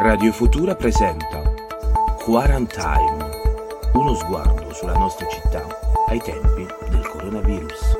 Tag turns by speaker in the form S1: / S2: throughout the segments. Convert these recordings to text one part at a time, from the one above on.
S1: Radio Futura presenta Quarantine, uno sguardo sulla nostra città ai tempi del coronavirus.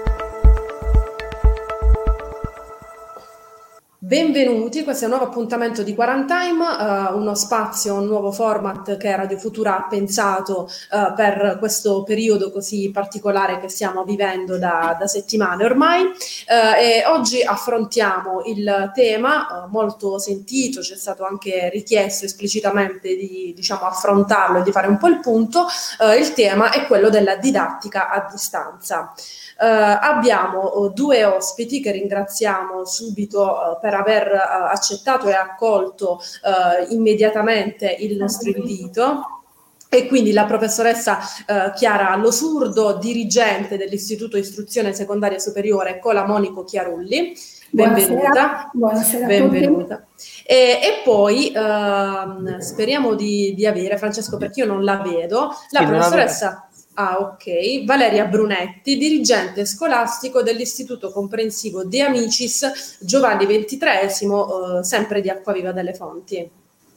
S2: Benvenuti, questo è un nuovo appuntamento di Quarantine, uno spazio, un nuovo format che Radio Futura ha pensato per questo periodo così particolare che stiamo vivendo da settimane ormai, e oggi affrontiamo il tema molto sentito, c'è stato anche richiesto esplicitamente di affrontarlo e di fare un po' il punto. Il tema è quello della didattica a distanza. Abbiamo due ospiti che ringraziamo subito per aver accettato e accolto immediatamente il nostro invito. E quindi la professoressa Chiara Losurdo, dirigente dell'Istituto Istruzione Secondaria Superiore Cola Monico Chiarulli. Benvenuta.
S3: Buonasera
S2: benvenuta. A tutti. E poi speriamo di avere, Francesco, perché io non la vedo, la professoressa... Valeria Brunetti, dirigente scolastico dell'Istituto Comprensivo De Amicis Giovanni XXIII, sempre di Acquaviva delle Fonti.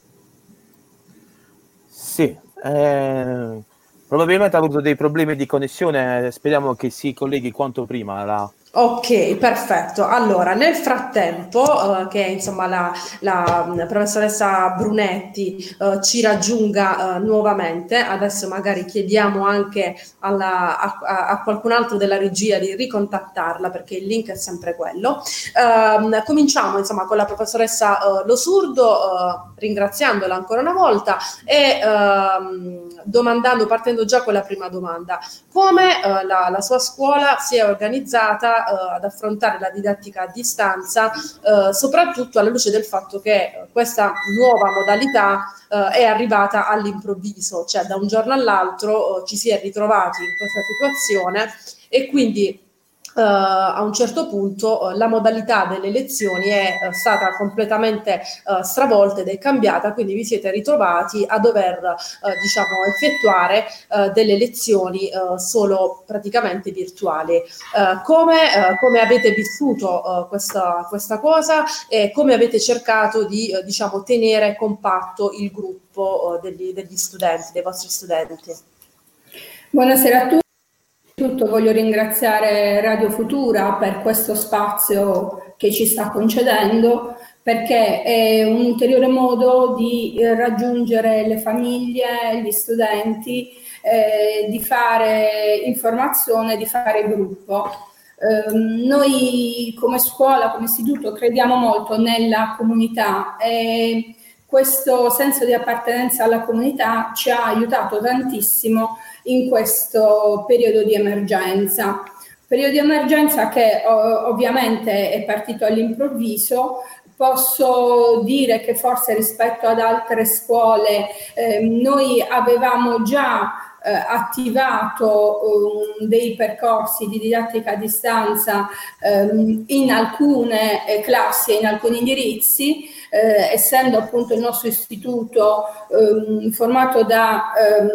S4: Sì, probabilmente ha avuto dei problemi di connessione, speriamo che si colleghi quanto prima.
S2: Ok, perfetto. Allora, nel frattempo che insomma la professoressa Brunetti ci raggiunga nuovamente, adesso magari chiediamo anche a qualcun altro della regia di ricontattarla, perché il link è sempre quello. Cominciamo insomma con la professoressa Losurdo, ringraziandola ancora una volta e partendo già con la prima domanda: come la sua scuola si è organizzata ad affrontare la didattica a distanza, soprattutto alla luce del fatto che questa nuova modalità è arrivata all'improvviso, cioè da un giorno all'altro ci si è ritrovati in questa situazione e quindi a un certo punto la modalità delle lezioni è stata completamente stravolta ed è cambiata, quindi vi siete ritrovati a dover effettuare delle lezioni solo praticamente virtuali. Come avete vissuto questa cosa e come avete cercato di tenere compatto il gruppo degli studenti, dei vostri studenti?
S3: Buonasera a tutti. Innanzitutto voglio ringraziare Radio Futura per questo spazio che ci sta concedendo, perché è un ulteriore modo di raggiungere le famiglie, gli studenti, di fare informazione, di fare gruppo. Noi come scuola, come istituto, crediamo molto nella comunità e questo senso di appartenenza alla comunità ci ha aiutato tantissimo in questo periodo di emergenza. Periodo di emergenza che ovviamente è partito all'improvviso. Posso dire che forse rispetto ad altre scuole noi avevamo già attivato dei percorsi di didattica a distanza in alcune classi e in alcuni indirizzi, essendo appunto il nostro istituto formato da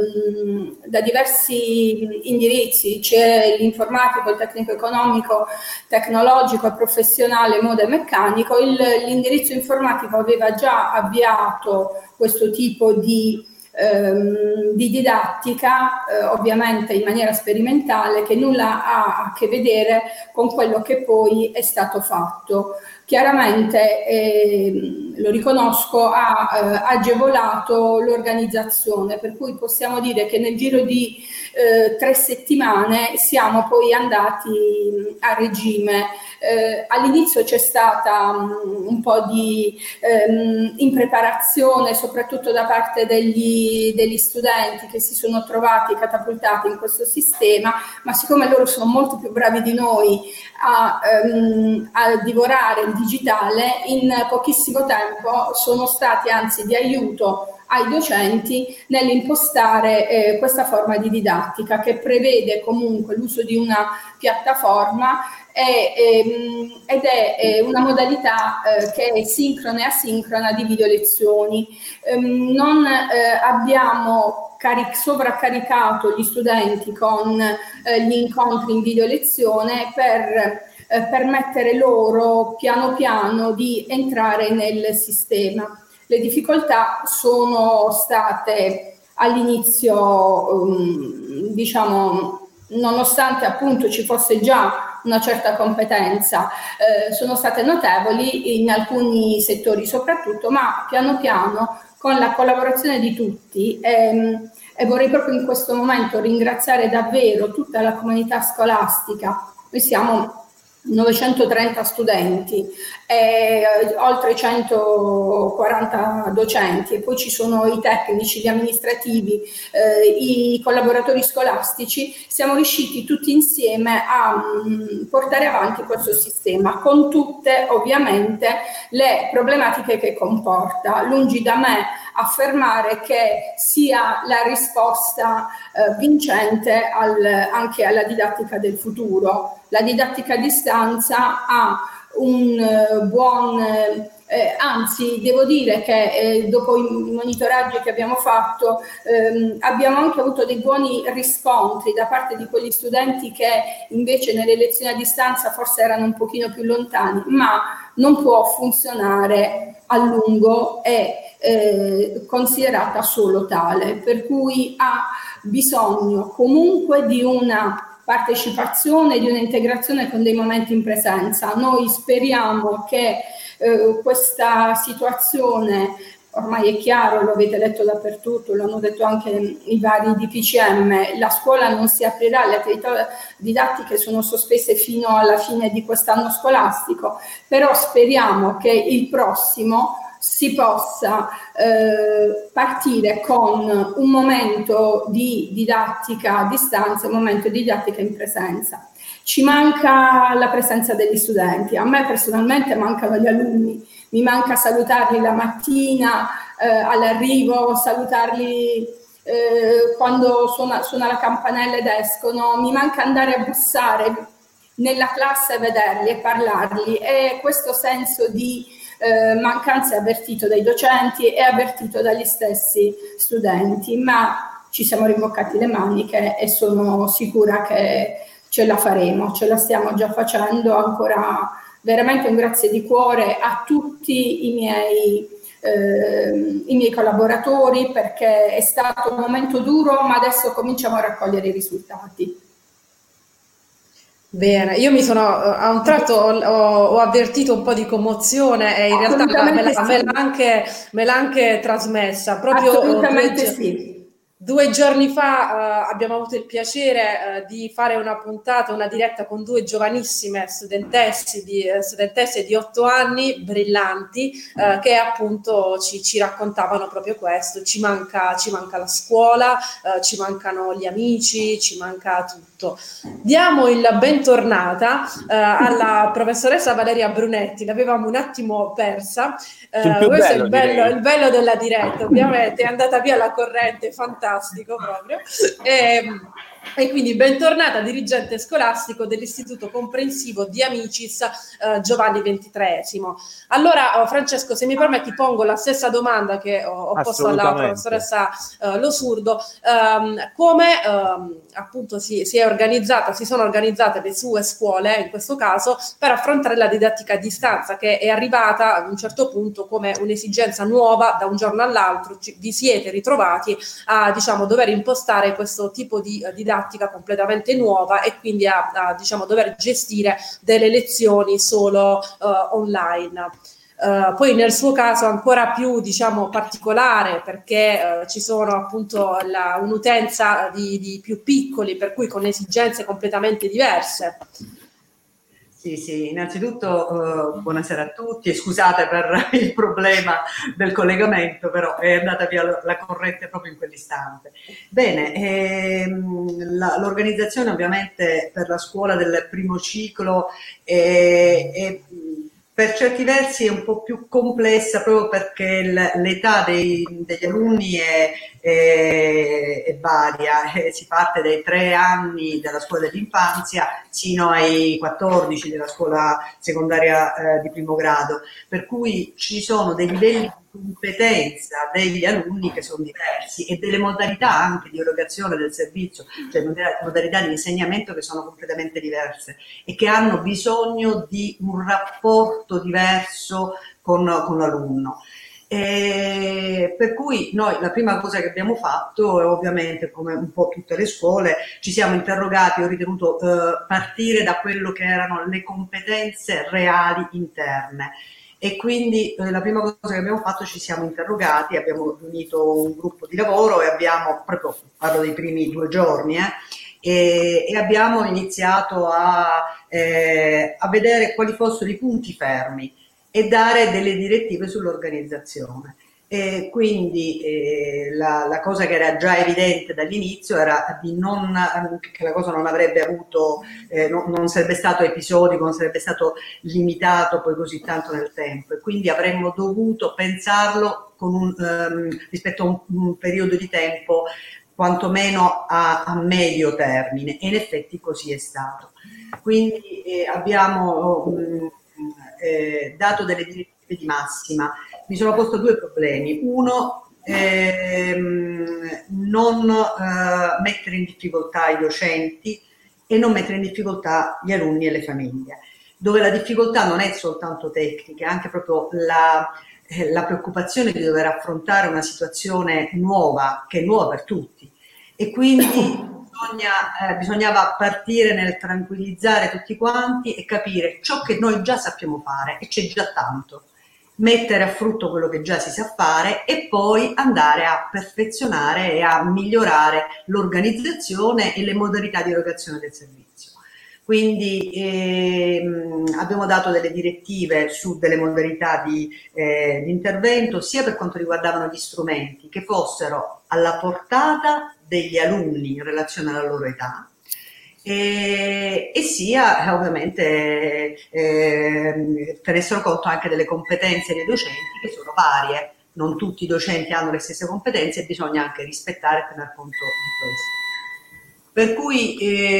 S3: diversi indirizzi. C'è l'informatico, il tecnico economico, tecnologico e professionale, moda e meccanico. L'indirizzo informatico aveva già avviato questo tipo di didattica, ovviamente in maniera sperimentale, che nulla ha a che vedere con quello che poi è stato fatto. Chiaramente, lo riconosco, ha agevolato l'organizzazione, per cui possiamo dire che nel giro di 3 settimane siamo poi andati a regime. All'inizio c'è stata un po' di impreparazione, soprattutto da parte degli studenti che si sono trovati catapultati in questo sistema, ma siccome loro sono molto più bravi di noi a divorare il digitale, in pochissimo tempo sono stati anzi di aiuto ai docenti nell'impostare questa forma di didattica, che prevede comunque l'uso di una piattaforma ed è una modalità che è sincrona e asincrona di video lezioni. Non abbiamo sovraccaricato gli studenti con gli incontri in video lezione per permettere loro piano piano di entrare nel sistema. Le difficoltà sono state all'inizio, diciamo, nonostante appunto ci fosse già una certa competenza, sono state notevoli in alcuni settori soprattutto, ma piano piano con la collaborazione di tutti, e vorrei proprio in questo momento ringraziare davvero tutta la comunità scolastica. Noi siamo 930 studenti, oltre 140 docenti, e poi ci sono i tecnici, gli amministrativi, i collaboratori scolastici. Siamo riusciti tutti insieme a portare avanti questo sistema, con tutte ovviamente le problematiche che comporta. Lungi da me affermare che sia la risposta vincente anche alla didattica del futuro. La didattica a distanza ha un buon, anzi devo dire che dopo i monitoraggi che abbiamo fatto abbiamo anche avuto dei buoni riscontri da parte di quegli studenti che invece nelle lezioni a distanza forse erano un pochino più lontani, ma non può funzionare a lungo e considerata solo tale, per cui ha bisogno comunque di una partecipazione, di un'integrazione con dei momenti in presenza. Noi speriamo che questa situazione, ormai è chiaro, lo avete letto dappertutto, l'hanno detto anche i vari DPCM, la scuola non si aprirà, le attività didattiche sono sospese fino alla fine di quest'anno scolastico, però speriamo che il prossimo si possa partire con un momento di didattica a distanza, un momento di didattica in presenza. Ci manca la presenza degli studenti, a me personalmente mancano gli alunni, mi manca salutarli la mattina all'arrivo, salutarli quando suona la campanella ed escono, mi manca andare a bussare nella classe e vederli e parlarli, e questo senso di mancanza è avvertito dai docenti e avvertito dagli stessi studenti, ma ci siamo rimboccati le maniche e sono sicura che ce la faremo, ce la stiamo già facendo. Ancora veramente un grazie di cuore a tutti i miei collaboratori, perché è stato un momento duro, ma adesso cominciamo a raccogliere i risultati.
S2: Bene, io mi sono a un tratto ho avvertito un po' di commozione e in realtà me l'ha anche trasmessa. Proprio
S3: sì.
S2: 2 giorni fa abbiamo avuto il piacere di fare una puntata, una diretta con 2 giovanissime studentesse di 8 anni, brillanti, che appunto ci raccontavano proprio questo. Ci manca la scuola, ci mancano gli amici, ci manca tutto. Diamo il bentornata alla professoressa Valeria Brunetti, l'avevamo un attimo persa. Questo è il bello della diretta, ovviamente è andata via la corrente, fantastico proprio. E quindi bentornata, dirigente scolastico dell'Istituto Comprensivo di Amicis Giovanni XXIII. Allora Francesco, se mi permetti, pongo la stessa domanda che ho posto alla professoressa Losurdo. Come appunto si sono organizzate le sue scuole in questo caso per affrontare la didattica a distanza, che è arrivata a un certo punto come un'esigenza nuova da un giorno all'altro. Vi siete ritrovati a dover impostare questo tipo di didattica completamente nuova e quindi a dover gestire delle lezioni solo online. Poi nel suo caso ancora più particolare, perché ci sono appunto un'utenza di più piccoli, per cui con esigenze completamente diverse.
S5: Sì, innanzitutto buonasera a tutti e scusate per il problema del collegamento, però è andata via la corrente proprio in quell'istante. Bene, l'organizzazione ovviamente per la scuola del primo ciclo è per certi versi è un po' più complessa, proprio perché l'età degli alunni è varia, si parte dai 3 anni della scuola dell'infanzia sino ai 14 della scuola secondaria di primo grado, per cui ci sono dei livelli di competenza degli alunni che sono diversi e delle modalità anche di erogazione del servizio, cioè modalità di insegnamento che sono completamente diverse e che hanno bisogno di un rapporto diverso con l'alunno. Per cui noi la prima cosa che abbiamo fatto è ovviamente, come un po' tutte le scuole, ci siamo interrogati, ho ritenuto partire da quello che erano le competenze reali interne. E quindi la prima cosa che abbiamo fatto, ci siamo interrogati, abbiamo riunito un gruppo di lavoro e abbiamo, proprio parlo dei primi 2 giorni, e abbiamo iniziato a vedere quali fossero i punti fermi e dare delle direttive sull'organizzazione. E quindi la cosa che era già evidente dall'inizio era che la cosa non avrebbe avuto, non sarebbe stato episodico, non sarebbe stato limitato poi così tanto nel tempo, e quindi avremmo dovuto pensarlo rispetto a un periodo di tempo quantomeno a medio termine, e in effetti così è stato. Quindi abbiamo dato delle direttive di massima. Mi sono posto 2 problemi. Uno, non mettere in difficoltà i docenti e non mettere in difficoltà gli alunni e le famiglie, dove la difficoltà non è soltanto tecnica, è anche proprio la preoccupazione di dover affrontare una situazione nuova, che è nuova per tutti, e quindi bisognava partire nel tranquillizzare tutti quanti e capire ciò che noi già sappiamo fare, e c'è già tanto, mettere a frutto quello che già si sa fare e poi andare a perfezionare e a migliorare l'organizzazione e le modalità di erogazione del servizio. Quindi abbiamo dato delle direttive su delle modalità di intervento, sia per quanto riguardavano gli strumenti, che fossero alla portata degli alunni in relazione alla loro età, e sia ovviamente tenessero conto anche delle competenze dei docenti, che sono varie. Non tutti i docenti hanno le stesse competenze e bisogna anche rispettare e tener conto di questo. Per cui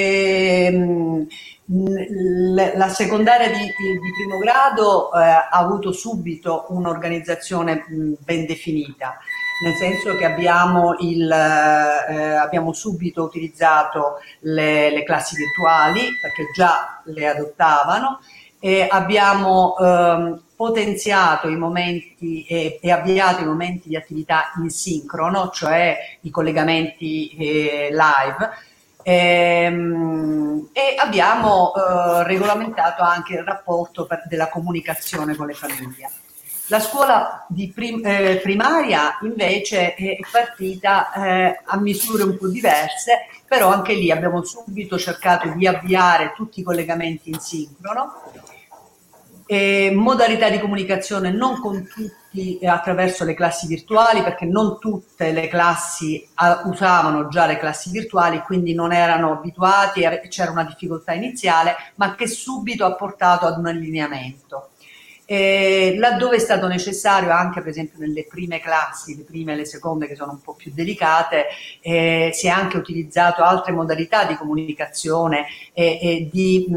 S5: la secondaria di primo grado ha avuto subito un'organizzazione ben definita, nel senso che abbiamo subito utilizzato le classi virtuali, perché già le adottavano, e abbiamo potenziato i momenti e avviato i momenti di attività in sincrono, cioè i collegamenti live, e abbiamo regolamentato anche il rapporto della comunicazione con le famiglie. La scuola di primaria invece è partita a misure un po' diverse, però anche lì abbiamo subito cercato di avviare tutti i collegamenti in sincrono, modalità di comunicazione non con tutti attraverso le classi virtuali, perché non tutte le classi usavano già le classi virtuali, quindi non erano abituati, c'era una difficoltà iniziale, ma che subito ha portato ad un allineamento. Laddove è stato necessario, anche per esempio nelle prime classi, le prime e le seconde, che sono un po' più delicate, si è anche utilizzato altre modalità di comunicazione e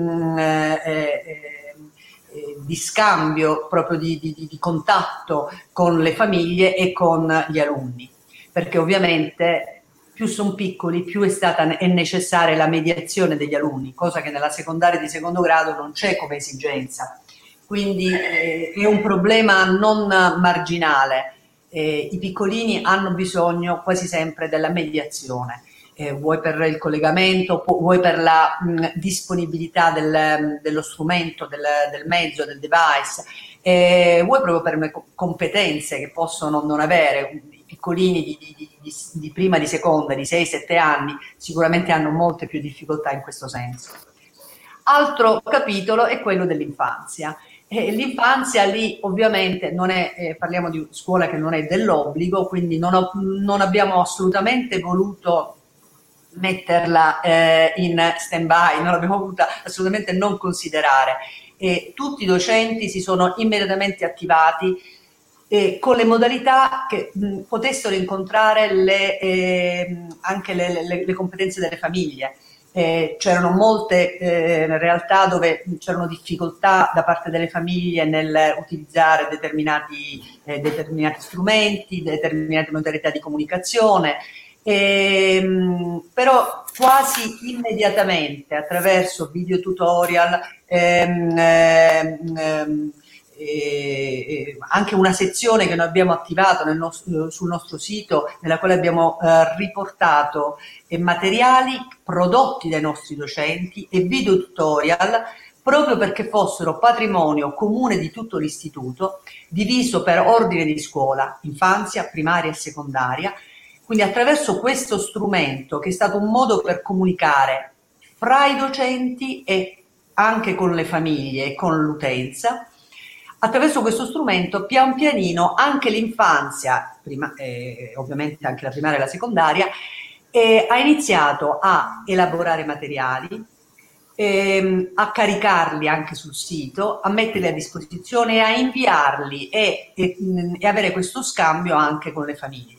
S5: di scambio, proprio di contatto con le famiglie e con gli alunni, perché ovviamente più sono piccoli, più è necessaria la mediazione degli alunni, cosa che nella secondaria di secondo grado non c'è come esigenza. Quindi è un problema non marginale. I piccolini hanno bisogno quasi sempre della mediazione, vuoi per il collegamento, vuoi per la disponibilità dello strumento, del mezzo, del device, vuoi proprio per le competenze che possono non avere. I piccolini di prima, di seconda, di 6-7 anni sicuramente hanno molte più difficoltà in questo senso. Altro capitolo è quello dell'infanzia. L'infanzia lì ovviamente non è, parliamo di scuola che non è dell'obbligo, quindi non abbiamo assolutamente voluto metterla in stand-by, non l'abbiamo voluta assolutamente non considerare. Tutti i docenti si sono immediatamente attivati con le modalità che potessero incontrare anche le competenze delle famiglie. C'erano molte realtà dove c'erano difficoltà da parte delle famiglie nel utilizzare determinati strumenti, determinate modalità di comunicazione, però quasi immediatamente attraverso video tutorial, anche una sezione che noi abbiamo attivato sul nostro sito, nella quale abbiamo riportato materiali prodotti dai nostri docenti e video tutorial, proprio perché fossero patrimonio comune di tutto l'istituto, diviso per ordine di scuola, infanzia, primaria e secondaria. Quindi attraverso questo strumento, che è stato un modo per comunicare fra i docenti e anche con le famiglie e con l'utenza, attraverso questo strumento pian pianino anche l'infanzia, ovviamente anche la primaria e la secondaria, ha iniziato a elaborare materiali, a caricarli anche sul sito, a metterli a disposizione e a inviarli e avere questo scambio anche con le famiglie.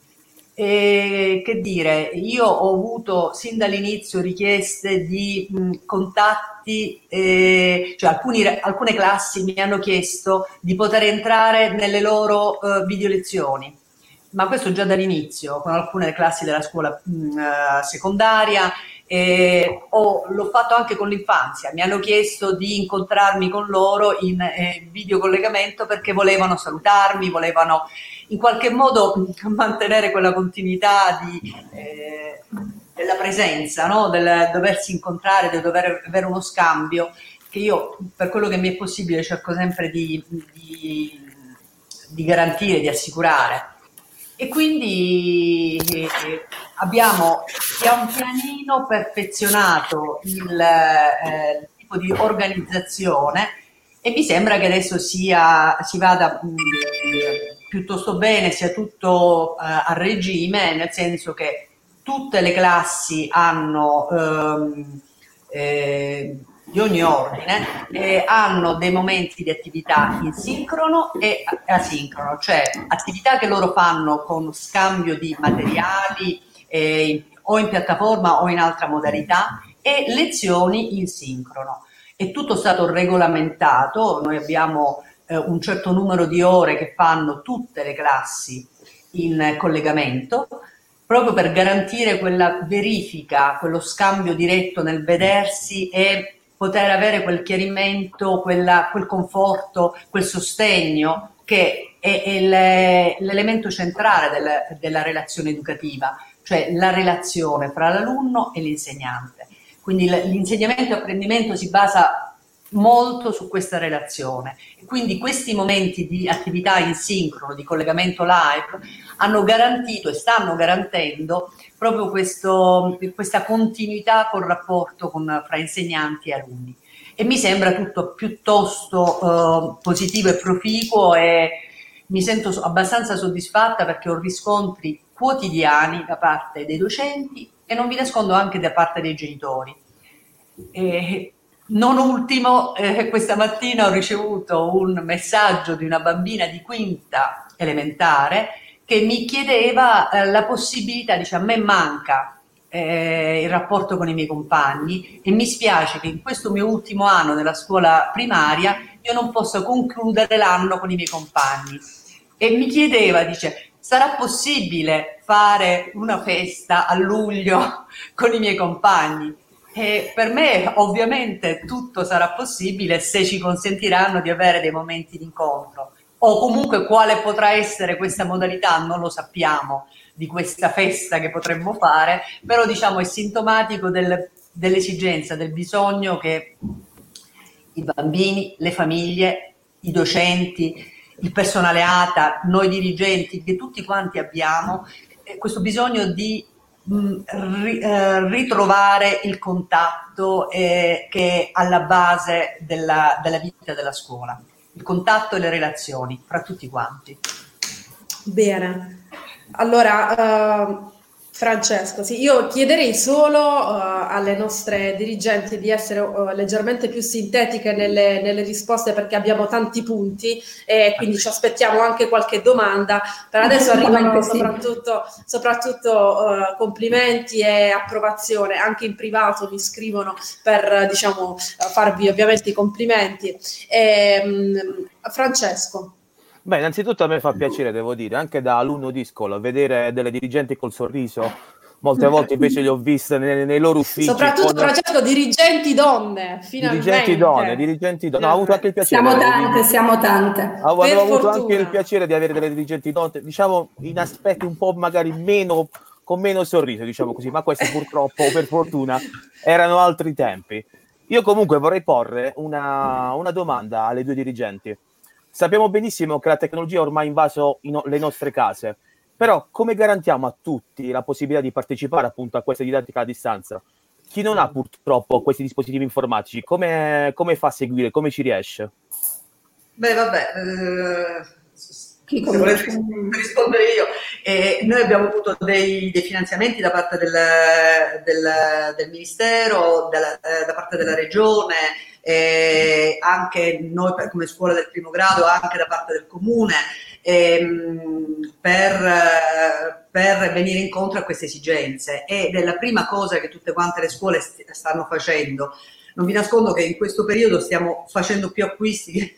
S5: Che dire, io ho avuto sin dall'inizio richieste di contatti, cioè alcune classi mi hanno chiesto di poter entrare nelle loro video lezioni, ma questo già dall'inizio, con alcune classi della scuola secondaria. L'ho fatto anche con l'infanzia, mi hanno chiesto di incontrarmi con loro in video collegamento perché volevano salutarmi, volevano in qualche modo mantenere quella continuità della presenza, no? Del doversi incontrare, del dover avere uno scambio, che io, per quello che mi è possibile, cerco sempre di garantire, di assicurare. E quindi abbiamo pian pianino perfezionato il tipo di organizzazione e mi sembra che adesso si vada piuttosto bene, sia tutto a regime, nel senso che tutte le classi hanno di ogni ordine hanno dei momenti di attività in sincrono e asincrono, cioè attività che loro fanno con scambio di materiali o in piattaforma o in altra modalità, e lezioni in sincrono. È tutto stato regolamentato, noi abbiamo un certo numero di ore che fanno tutte le classi in collegamento, proprio per garantire quella verifica, quello scambio diretto nel vedersi e poter avere quel chiarimento, quel conforto, quel sostegno che è l'elemento centrale della relazione educativa, cioè la relazione fra l'alunno e l'insegnante. Quindi l'insegnamento e l'apprendimento si basa molto su questa relazione. Quindi questi momenti di attività in sincrono, di collegamento live, hanno garantito e stanno garantendo proprio questa continuità col rapporto fra insegnanti e alunni. E mi sembra tutto piuttosto positivo e proficuo, e mi sento abbastanza soddisfatta perché ho riscontri quotidiani da parte dei docenti e non vi nascondo anche da parte dei genitori. Non ultimo, questa mattina ho ricevuto un messaggio di una bambina di quinta elementare che mi chiedeva la possibilità, dice: a me manca il rapporto con i miei compagni e mi spiace che in questo mio ultimo anno nella scuola primaria io non possa concludere l'anno con i miei compagni. E mi chiedeva, dice: sarà possibile fare una festa a luglio con i miei compagni? E per me ovviamente tutto sarà possibile se ci consentiranno di avere dei momenti di incontro, o comunque quale potrà essere questa modalità non lo sappiamo, di questa festa che potremmo fare, però diciamo è sintomatico dell'esigenza, del bisogno che i bambini, le famiglie, i docenti, il personale ATA, noi dirigenti, che tutti quanti abbiamo questo bisogno di ritrovare il contatto che è alla base della vita della scuola, il contatto e le relazioni fra tutti quanti.
S2: Bene, allora Francesco, sì, io chiederei solo alle nostre dirigenti di essere leggermente più sintetiche nelle risposte, perché abbiamo tanti punti e quindi ci aspettiamo anche qualche domanda. Per adesso arrivano soprattutto complimenti e approvazione, anche in privato mi scrivono per farvi ovviamente i complimenti. Francesco.
S4: Beh, innanzitutto a me fa piacere, devo dire, anche da alunno di scuola, vedere delle dirigenti col sorriso molte volte invece li ho viste nei loro uffici.
S2: Soprattutto Francesco, dirigenti donne, finalmente.
S4: Dirigenti donne. Ho avuto anche il piacere.
S3: Siamo tante.
S4: Avevo avuto anche il piacere di avere delle dirigenti donne, diciamo, in aspetti un po' magari con meno sorriso, diciamo così, ma questo purtroppo, per fortuna, erano altri tempi. Io comunque vorrei porre una domanda alle due dirigenti. Sappiamo benissimo che la tecnologia ha ormai invaso le nostre case, però come garantiamo a tutti la possibilità di partecipare appunto a questa didattica a distanza? Chi non ha purtroppo questi dispositivi informatici, come fa a seguire, come ci riesce?
S5: Beh, vabbè, se volete rispondere io, noi abbiamo avuto dei finanziamenti da parte del Ministero, da parte della Regione, anche noi come scuola del primo grado, anche da parte del Comune, per venire incontro a queste esigenze, ed è la prima cosa che tutte quante le scuole stanno facendo. Non vi nascondo che in questo periodo stiamo facendo più acquisti,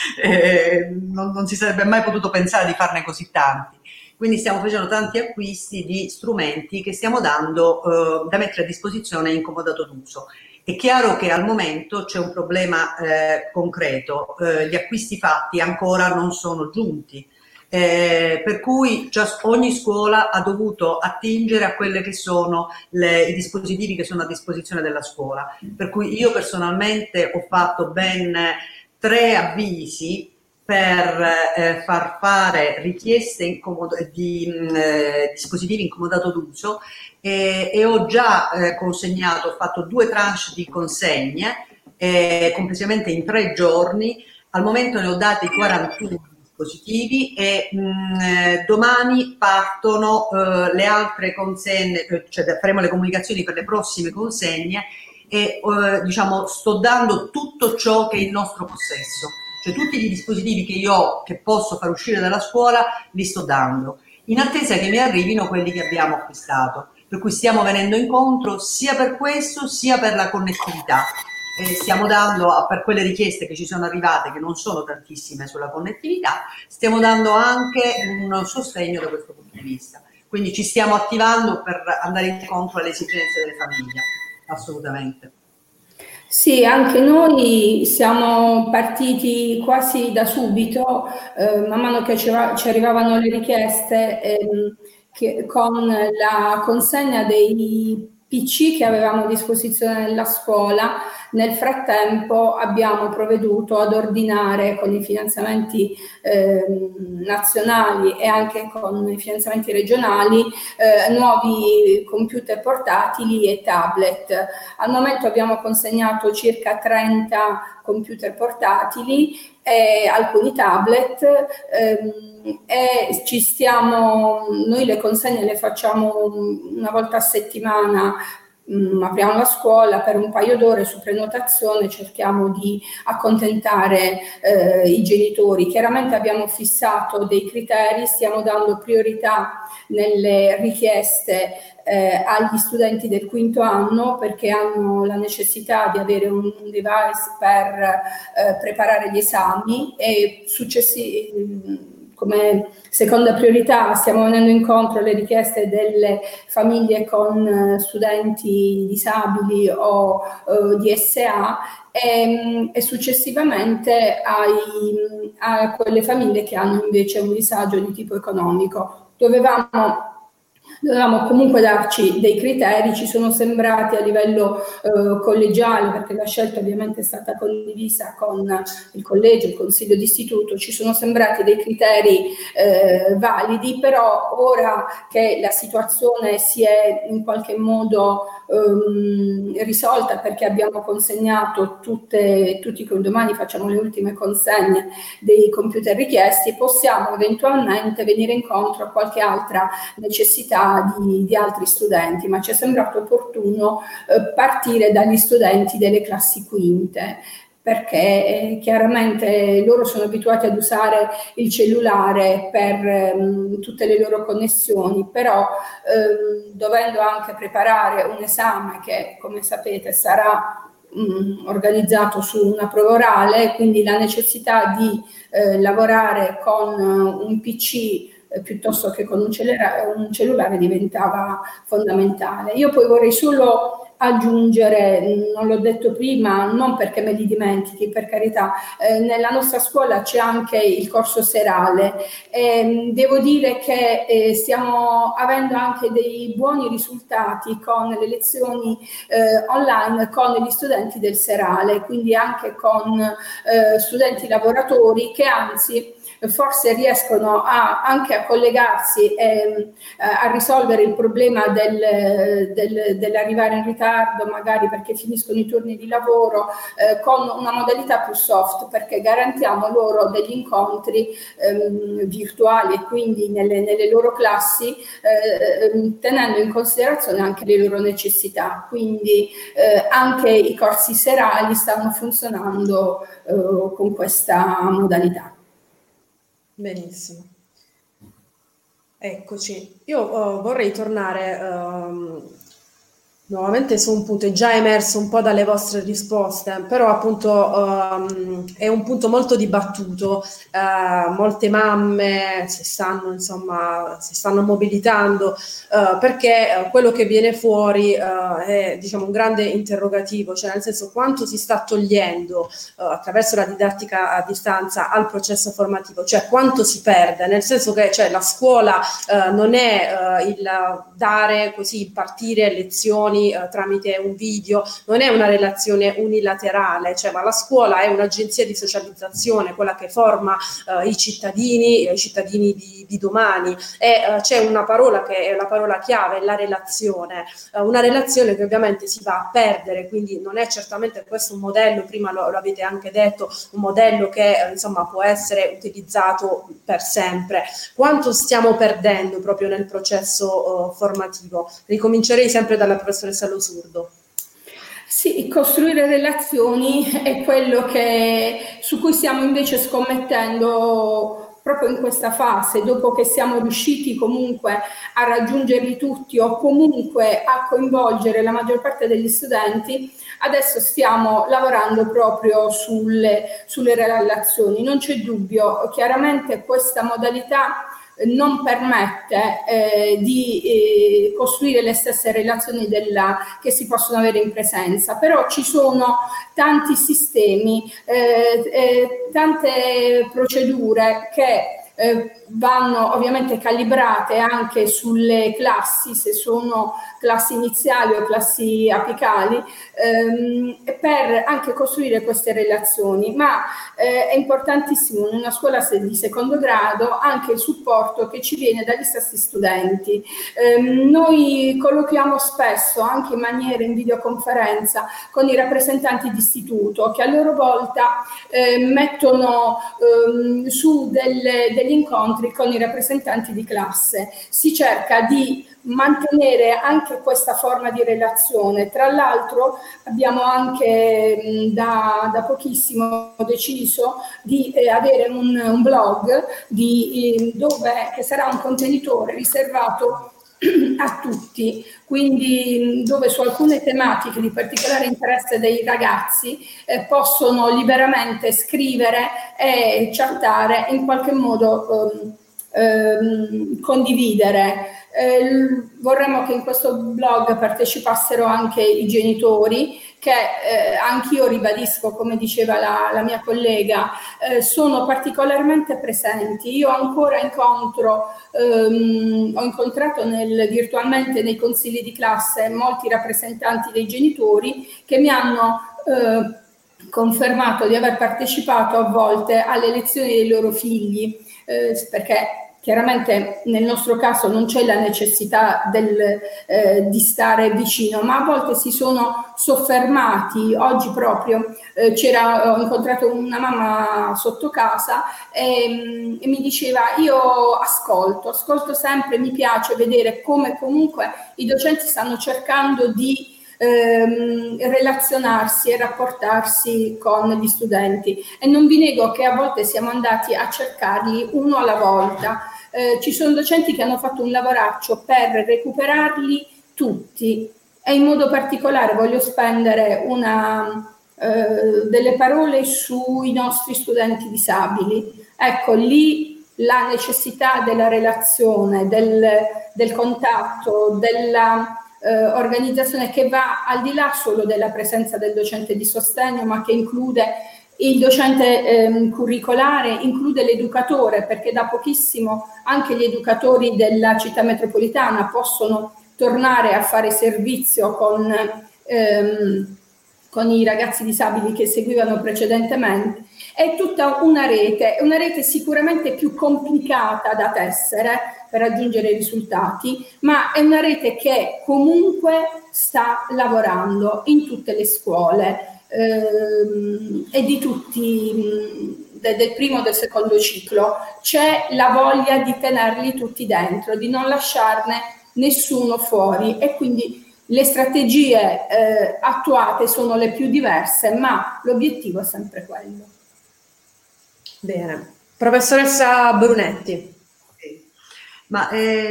S5: non si sarebbe mai potuto pensare di farne così tanti. Quindi stiamo facendo tanti acquisti di strumenti che stiamo dando da mettere a disposizione in comodato d'uso. È chiaro che al momento c'è un problema concreto, gli acquisti fatti ancora non sono giunti. Per cui ogni scuola ha dovuto attingere a quelle che sono i dispositivi che sono a disposizione della scuola. Per cui io personalmente ho fatto ben 3 avvisi per far fare richieste di dispositivi in comodato d'uso e ho già consegnato, ho fatto 2 tranche di consegne complessivamente in 3 giorni. Al momento ne ho dati 41 dispositivi e domani partono le altre consegne, cioè faremo le comunicazioni per le prossime consegne e diciamo sto dando tutto ciò che è in nostro possesso, cioè tutti i dispositivi che io ho, che posso far uscire dalla scuola, li sto dando, in attesa che mi arrivino quelli che abbiamo acquistato, per cui stiamo venendo incontro sia per questo sia per la connettività. Stiamo dando, per quelle richieste che ci sono arrivate, che non sono tantissime sulla connettività, stiamo dando anche un sostegno da questo punto di vista. Quindi ci stiamo attivando per andare incontro alle esigenze delle famiglie, assolutamente.
S3: Sì, anche noi siamo partiti quasi da subito, man mano che ci arrivavano le richieste, con la consegna dei PC che avevamo a disposizione nella scuola. Nel frattempo abbiamo provveduto ad ordinare con i finanziamenti nazionali e anche con i finanziamenti regionali nuovi computer portatili e tablet. Al momento abbiamo consegnato circa 30 computer portatili e alcuni tablet e noi le consegne le facciamo una volta a settimana. Apriamo la scuola per un paio d'ore su prenotazione, cerchiamo di accontentare i genitori. Chiaramente abbiamo fissato dei criteri, stiamo dando priorità nelle richieste agli studenti del quinto anno, perché hanno la necessità di avere un device per preparare gli esami, e come seconda priorità stiamo venendo incontro alle richieste delle famiglie con studenti disabili o DSA e successivamente a quelle famiglie che hanno invece un disagio di tipo economico. Dovevamo comunque darci dei criteri, ci sono sembrati a livello collegiale, perché la scelta ovviamente è stata condivisa con il collegio, il consiglio d'istituto, ci sono sembrati dei criteri validi, però ora che la situazione si è in qualche modo risolta, perché abbiamo consegnato tutti, domani facciamo le ultime consegne dei computer richiesti, possiamo eventualmente venire incontro a qualche altra necessità di altri studenti, ma ci è sembrato opportuno partire dagli studenti delle classi quinte, perché chiaramente loro sono abituati ad usare il cellulare per tutte le loro connessioni, però dovendo anche preparare un esame che, come sapete, sarà organizzato su una prova orale, quindi la necessità di lavorare con un PC piuttosto che con un cellulare diventava fondamentale. Io poi vorrei solo aggiungere, non l'ho detto prima, non perché me li dimentichi, per carità, nella nostra scuola c'è anche il corso serale. Devo dire che stiamo avendo anche dei buoni risultati con le lezioni online con gli studenti del serale, quindi anche con studenti lavoratori che anzi forse riescono anche a collegarsi e a risolvere il problema dell'arrivare in ritardo, magari perché finiscono i turni di lavoro, con una modalità più soft, perché garantiamo loro degli incontri virtuali e quindi nelle loro classi, tenendo in considerazione anche le loro necessità. Quindi anche i corsi serali stanno funzionando con questa modalità.
S2: Benissimo. Eccoci. Io vorrei tornare nuovamente su un punto, è già emerso un po' dalle vostre risposte, però appunto è un punto molto dibattuto. Molte mamme si stanno mobilitando perché quello che viene fuori è, diciamo, un grande interrogativo, cioè nel senso quanto si sta togliendo attraverso la didattica a distanza al processo formativo, cioè quanto si perde, nel senso che cioè, la scuola non è il dare così, partire lezioni tramite un video, non è una relazione unilaterale, cioè, ma la scuola è un'agenzia di socializzazione, quella che forma i cittadini di domani, e c'è una parola che è la parola chiave, la relazione, una relazione che ovviamente si va a perdere, quindi non è certamente questo un modello, prima lo avete anche detto, un modello che insomma può essere utilizzato per sempre. Quanto stiamo perdendo proprio nel processo formativo? Ricomincerei sempre dalla professoressa Lo Surdo.
S3: Sì, costruire relazioni è quello su cui stiamo invece scommettendo proprio in questa fase, dopo che siamo riusciti comunque a raggiungerli tutti o comunque a coinvolgere la maggior parte degli studenti. Adesso stiamo lavorando proprio sulle relazioni. Non c'è dubbio, chiaramente questa modalità non permette di costruire le stesse relazioni che si possono avere in presenza, però ci sono tanti sistemi, tante procedure che vanno ovviamente calibrate anche sulle classi, se sono classi iniziali o classi apicali, per anche costruire queste relazioni, ma è importantissimo in una scuola di secondo grado anche il supporto che ci viene dagli stessi studenti. Noi colloquiamo spesso anche in maniera in videoconferenza con i rappresentanti di istituto che a loro volta mettono su degli incontri con i rappresentanti di classe. Si cerca di mantenere anche questa forma di relazione. Tra l'altro abbiamo anche da pochissimo deciso di avere un blog che sarà un contenitore riservato a tutti, quindi dove su alcune tematiche di particolare interesse dei ragazzi possono liberamente scrivere e chattare, in qualche modo condividere. Vorremmo che in questo blog partecipassero anche i genitori che anch'io ribadisco, come diceva la mia collega, sono particolarmente presenti. Io ancora ho incontrato virtualmente nei consigli di classe molti rappresentanti dei genitori che mi hanno confermato di aver partecipato a volte alle lezioni dei loro figli, perché chiaramente nel nostro caso non c'è la necessità di stare vicino, ma a volte si sono soffermati. Oggi proprio ho incontrato una mamma sotto casa e mi diceva: io ascolto sempre, mi piace vedere come comunque i docenti stanno cercando di relazionarsi e rapportarsi con gli studenti, e non vi nego che a volte siamo andati a cercarli uno alla volta. Ci sono docenti che hanno fatto un lavoraccio per recuperarli tutti, e in modo particolare voglio spendere delle parole sui nostri studenti disabili. Ecco, lì la necessità della relazione, del contatto, della organizzazione che va al di là solo della presenza del docente di sostegno, ma che include il docente curricolare, include l'educatore, perché da pochissimo anche gli educatori della città metropolitana possono tornare a fare servizio con i ragazzi disabili che seguivano precedentemente. È tutta una rete sicuramente più complicata da tessere per raggiungere i risultati, ma è una rete che comunque sta lavorando in tutte le scuole e di tutti, del primo e del secondo ciclo. C'è la voglia di tenerli tutti dentro, di non lasciarne nessuno fuori, e quindi le strategie attuate sono le più diverse, ma l'obiettivo è sempre quello.
S2: Bene. Professoressa Brunetti.
S5: Ma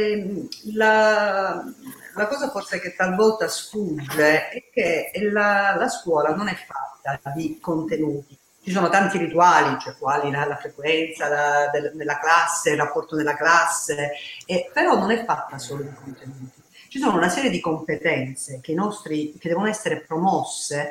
S5: la cosa forse che talvolta sfugge è che la scuola non è fatta di contenuti. Ci sono tanti rituali, cioè quali la frequenza della classe, il rapporto nella classe, però non è fatta solo di contenuti. Ci sono una serie di competenze che devono essere promosse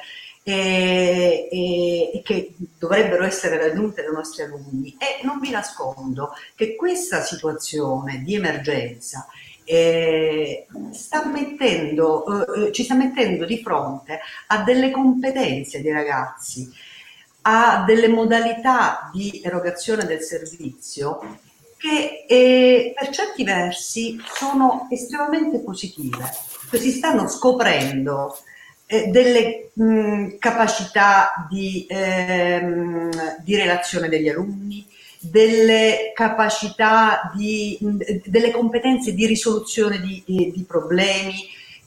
S5: e che dovrebbero essere raggiunte dai nostri alunni, e non vi nascondo che questa situazione di emergenza ci sta mettendo di fronte a delle competenze dei ragazzi, a delle modalità di erogazione del servizio che per certi versi sono estremamente positive. Cioè, si stanno scoprendo delle capacità di relazione degli alunni, delle capacità delle competenze di risoluzione di problemi,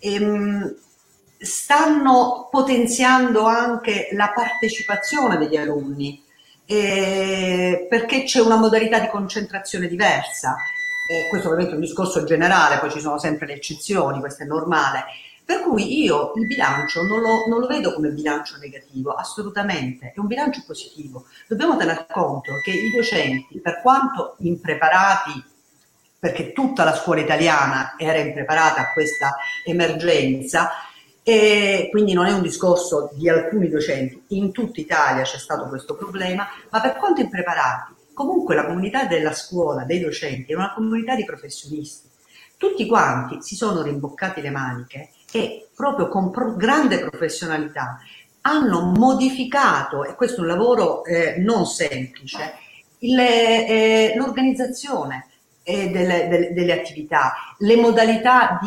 S5: stanno potenziando anche la partecipazione degli alunni, perché c'è una modalità di concentrazione diversa. Questo ovviamente è un discorso generale, poi ci sono sempre le eccezioni, questo è normale. Per cui io il bilancio non lo vedo come bilancio negativo, assolutamente, è un bilancio positivo. Dobbiamo tener conto che i docenti, per quanto impreparati, perché tutta la scuola italiana era impreparata a questa emergenza, e quindi non è un discorso di alcuni docenti, in tutta Italia c'è stato questo problema, ma per quanto impreparati, comunque la comunità della scuola, dei docenti, è una comunità di professionisti. Tutti quanti si sono rimboccati le maniche e proprio con grande professionalità hanno modificato, e questo è un lavoro non semplice, l'organizzazione delle attività, le modalità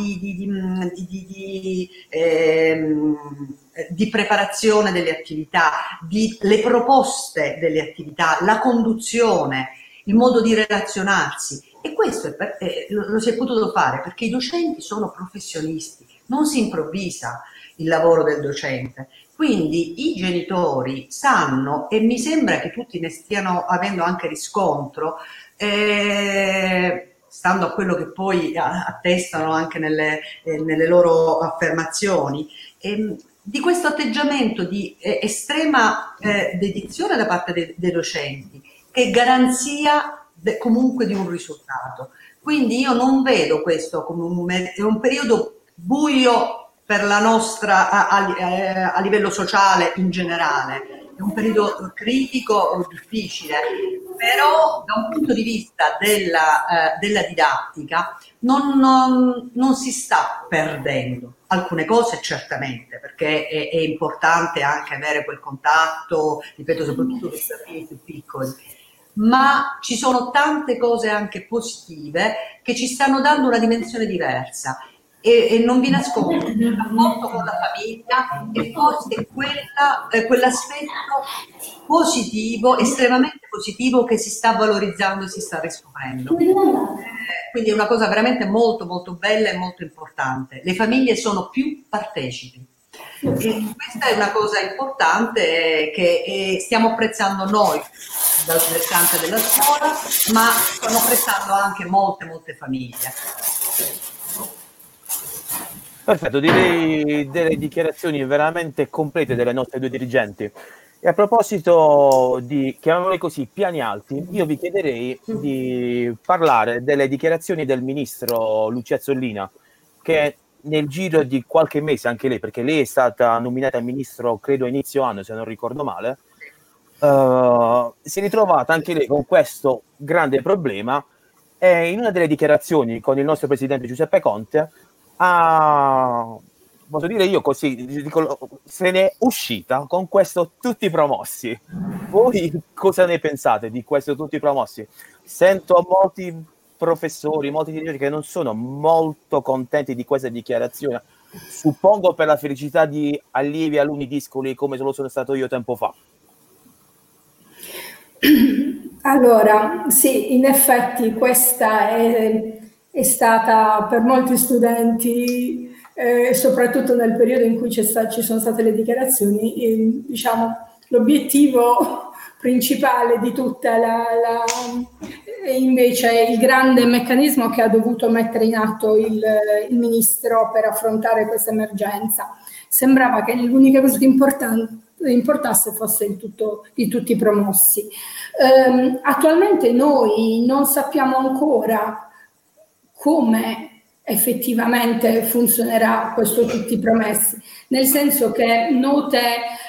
S5: di preparazione delle attività, le proposte delle attività, la conduzione, il modo di relazionarsi. E questo lo si è potuto fare perché i docenti sono professionisti, non si improvvisa il lavoro del docente. Quindi i genitori sanno, e mi sembra che tutti ne stiano avendo anche riscontro, stando a quello che poi attestano anche nelle loro affermazioni, di questo atteggiamento di estrema dedizione da parte dei docenti, che è garanzia comunque di un risultato. Quindi io non vedo questo come un periodo buio per la nostra a livello sociale in generale, è un periodo critico, difficile, però da un punto di vista della didattica non si sta perdendo. Alcune cose certamente, perché è importante anche avere quel contatto, ripeto, soprattutto per i bambini più piccoli, ma ci sono tante cose anche positive che ci stanno dando una dimensione diversa. E non vi nascondo, il rapporto con la famiglia è forse quell'aspetto positivo, estremamente positivo, che si sta valorizzando e si sta riscoprendo. Quindi è una cosa veramente molto molto bella e molto importante. Le famiglie sono più partecipi. E questa è una cosa importante che stiamo apprezzando noi dal versante della scuola, ma stanno apprezzando anche molte famiglie.
S4: Perfetto, direi delle dichiarazioni veramente complete delle nostre due dirigenti. E a proposito di, chiamiamoli così, piani alti, io vi chiederei di parlare delle dichiarazioni del ministro Lucia Azzolina, che nel giro di qualche mese, anche lei, perché lei è stata nominata ministro, credo, a inizio anno, se non ricordo male, si è ritrovata anche lei con questo grande problema, e in una delle dichiarazioni con il nostro presidente Giuseppe Conte posso dire io così, se ne è uscita con questo tutti promossi. Voi cosa ne pensate di questo tutti promossi? Sento molti professori, molti dirigenti che non sono molto contenti di questa dichiarazione, suppongo per la felicità di allievi e alunni discoli come lo sono stato io tempo fa.
S3: Allora, sì, in effetti questa è stata per molti studenti, soprattutto nel periodo in cui ci sono state le dichiarazioni, diciamo, l'obiettivo principale di tutta invece il grande meccanismo che ha dovuto mettere in atto il ministro per affrontare questa emergenza. Sembrava che l'unica cosa che importasse fosse di tutti i promossi. Attualmente noi non sappiamo ancora come effettivamente funzionerà questo tutti promessi, nel senso che note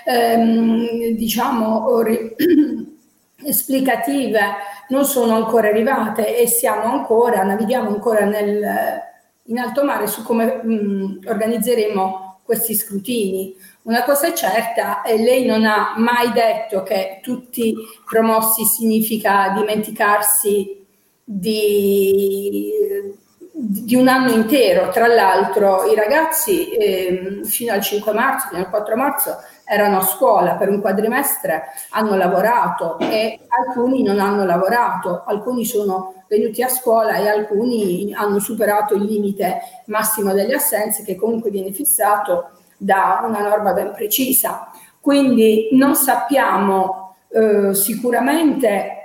S3: diciamo esplicative non sono ancora arrivate e navighiamo ancora in alto mare su come organizzeremo questi scrutini. Una cosa è certa, lei non ha mai detto che tutti promossi significa dimenticarsi di un anno intero. Tra l'altro i ragazzi fino al 5 marzo, fino al 4 marzo erano a scuola per un quadrimestre, hanno lavorato e alcuni non hanno lavorato, alcuni sono venuti a scuola e alcuni hanno superato il limite massimo delle assenze che comunque viene fissato da una norma ben precisa. Quindi non sappiamo sicuramente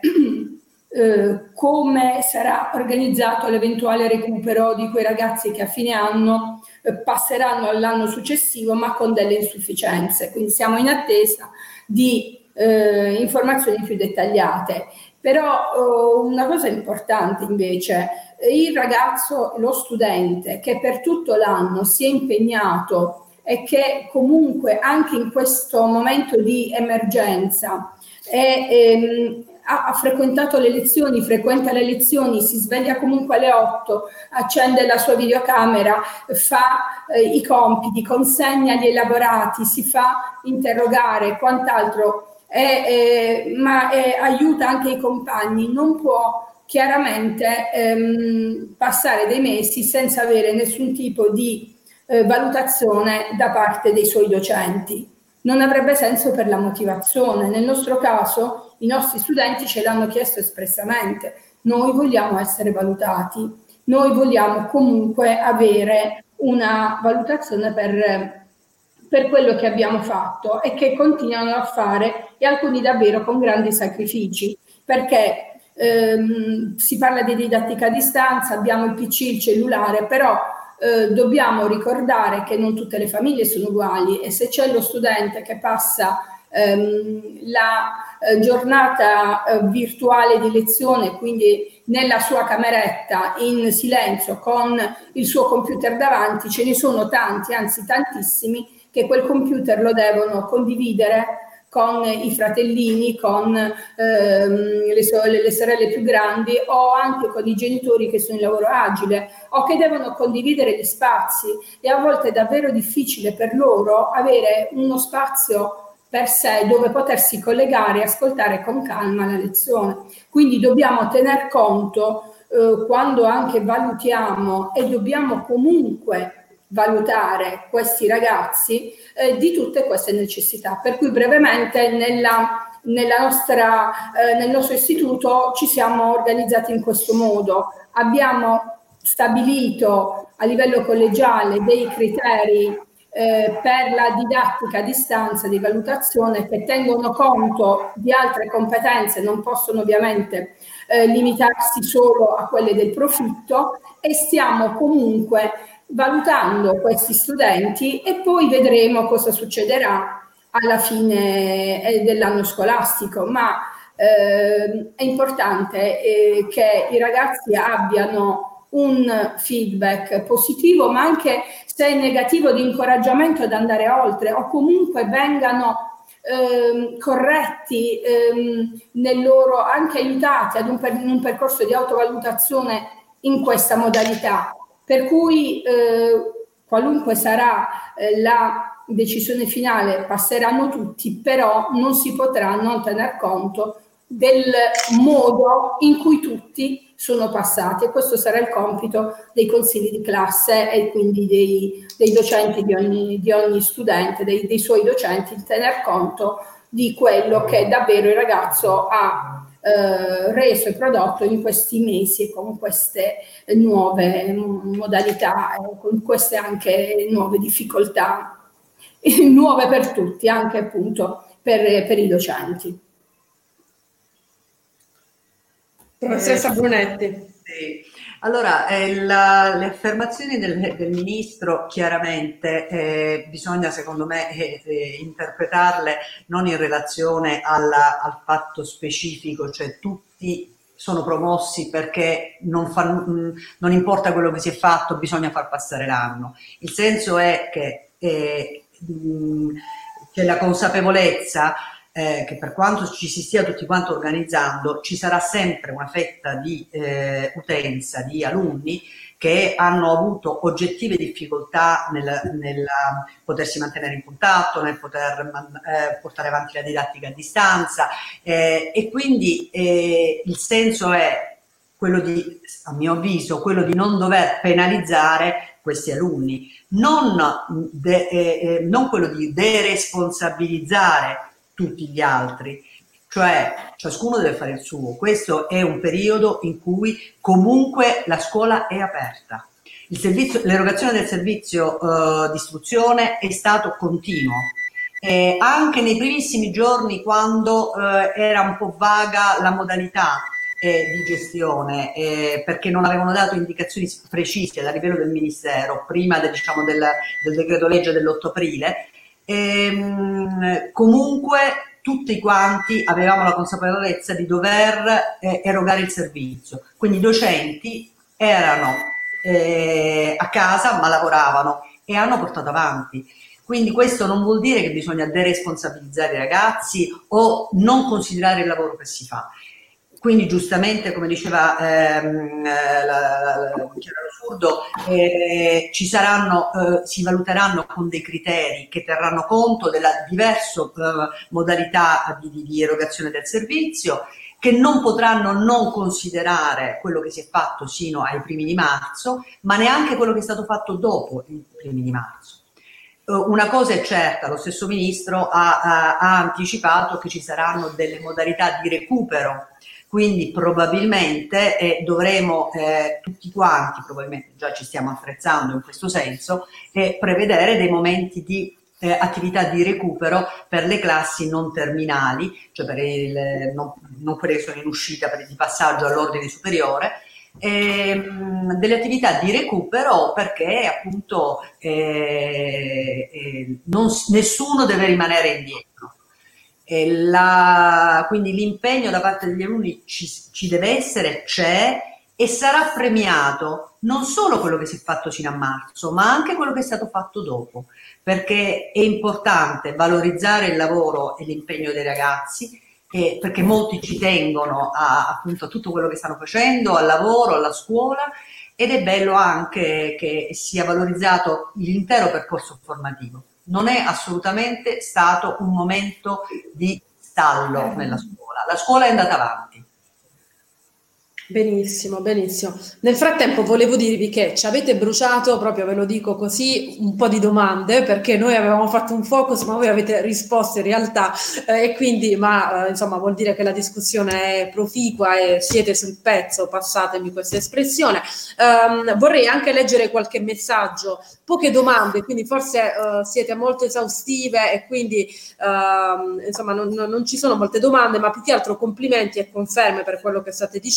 S3: come sarà organizzato l'eventuale recupero di quei ragazzi che a fine anno passeranno all'anno successivo ma con delle insufficienze. Quindi siamo in attesa di informazioni più dettagliate. Però una cosa importante invece, il ragazzo, lo studente che per tutto l'anno si è impegnato e che comunque anche in questo momento di emergenza ha frequentato le lezioni, frequenta le lezioni, si sveglia comunque alle 8, accende la sua videocamera, fa i compiti, consegna gli elaborati, si fa interrogare e quant'altro, ma aiuta anche i compagni, non può chiaramente passare dei mesi senza avere nessun tipo di valutazione da parte dei suoi docenti. Non avrebbe senso per la motivazione. Nel nostro caso i nostri studenti ce l'hanno chiesto espressamente. Noi vogliamo essere valutati, noi vogliamo comunque avere una valutazione per quello che abbiamo fatto e che continuano a fare, e alcuni davvero con grandi sacrifici, perché si parla di didattica a distanza, abbiamo il PC, il cellulare, però dobbiamo ricordare che non tutte le famiglie sono uguali e se c'è lo studente che passa la giornata virtuale di lezione, quindi nella sua cameretta in silenzio con il suo computer davanti, ce ne sono tanti, anzi tantissimi, che quel computer lo devono condividere con i fratellini, con le sorelle più grandi o anche con i genitori che sono in lavoro agile o che devono condividere gli spazi, e a volte è davvero difficile per loro avere uno spazio per sé dove potersi collegare e ascoltare con calma la lezione. Quindi dobbiamo tener conto quando anche valutiamo, e dobbiamo comunque valutare questi ragazzi, di tutte queste necessità, per cui brevemente nel nostro istituto ci siamo organizzati in questo modo. Abbiamo stabilito a livello collegiale dei criteri per la didattica a distanza di valutazione che tengono conto di altre competenze, non possono ovviamente limitarsi solo a quelle del profitto, e stiamo comunque valutando questi studenti e poi vedremo cosa succederà alla fine dell'anno scolastico, ma è importante che i ragazzi abbiano un feedback positivo, ma anche se è negativo, di incoraggiamento ad andare oltre, o comunque vengano corretti nel loro, anche aiutati in un percorso di autovalutazione in questa modalità. Per cui qualunque sarà la decisione finale, passeranno tutti, però non si potrà non tener conto del modo in cui tutti sono passati, e questo sarà il compito dei consigli di classe e quindi dei docenti di ogni studente, dei suoi docenti, di tener conto di quello che davvero il ragazzo ha reso e prodotto in questi mesi, con queste nuove modalità, con queste anche nuove difficoltà, nuove per tutti, anche appunto per i docenti.
S2: Professoressa Brunetti.
S5: Sì. Allora, le affermazioni del Ministro chiaramente bisogna, secondo me, interpretarle non in relazione al fatto specifico, cioè tutti sono promossi perché non importa quello che si è fatto, bisogna far passare l'anno. Il senso è che c'è la consapevolezza che per quanto ci si stia tutti quanti organizzando, ci sarà sempre una fetta di utenza, di alunni che hanno avuto oggettive difficoltà nel potersi mantenere in contatto, nel poter portare avanti la didattica a distanza, e quindi il senso è quello di, a mio avviso, quello di non dover penalizzare questi alunni, non quello di deresponsabilizzare tutti gli altri, cioè ciascuno deve fare il suo. Questo è un periodo in cui comunque la scuola è aperta. L'erogazione del servizio di istruzione è stato continuo. Anche nei primissimi giorni, quando era un po' vaga la modalità di gestione, perché non avevano dato indicazioni precise a livello del Ministero prima del decreto legge dell'8 aprile, comunque tutti quanti avevamo la consapevolezza di dover erogare il servizio, quindi i docenti erano a casa ma lavoravano e hanno portato avanti. Quindi questo non vuol dire che bisogna deresponsabilizzare i ragazzi o non considerare il lavoro che si fa. Quindi giustamente, come diceva Chiara Surdo, si valuteranno con dei criteri che terranno conto della diversa modalità di erogazione del servizio, che non potranno non considerare quello che si è fatto sino ai primi di marzo, ma neanche quello che è stato fatto dopo i primi di marzo. Una cosa è certa, lo stesso Ministro ha anticipato che ci saranno delle modalità di recupero, quindi probabilmente dovremo tutti quanti, probabilmente già ci stiamo attrezzando in questo senso, prevedere dei momenti di attività di recupero per le classi non terminali, cioè per non quelle che sono in uscita, per il passaggio all'ordine superiore, delle attività di recupero, perché appunto nessuno deve rimanere indietro. Quindi l'impegno da parte degli alunni ci deve essere, c'è, e sarà premiato non solo quello che si è fatto fino a marzo, ma anche quello che è stato fatto dopo, perché è importante valorizzare il lavoro e l'impegno dei ragazzi, perché molti ci tengono appunto a tutto quello che stanno facendo, al lavoro, alla scuola, ed è bello anche che sia valorizzato l'intero percorso formativo. Non è assolutamente stato un momento di stallo nella scuola, la scuola è andata avanti.
S2: Benissimo, benissimo. Nel frattempo volevo dirvi che ci avete bruciato, proprio ve lo dico così, un po' di domande, perché noi avevamo fatto un focus ma voi avete risposto in realtà, e quindi insomma vuol dire che la discussione è proficua e siete sul pezzo, passatemi questa espressione. Vorrei anche leggere qualche messaggio, poche domande, quindi forse siete molto esaustive e quindi insomma non ci sono molte domande, ma più che altro complimenti e conferme per quello che state dicendo.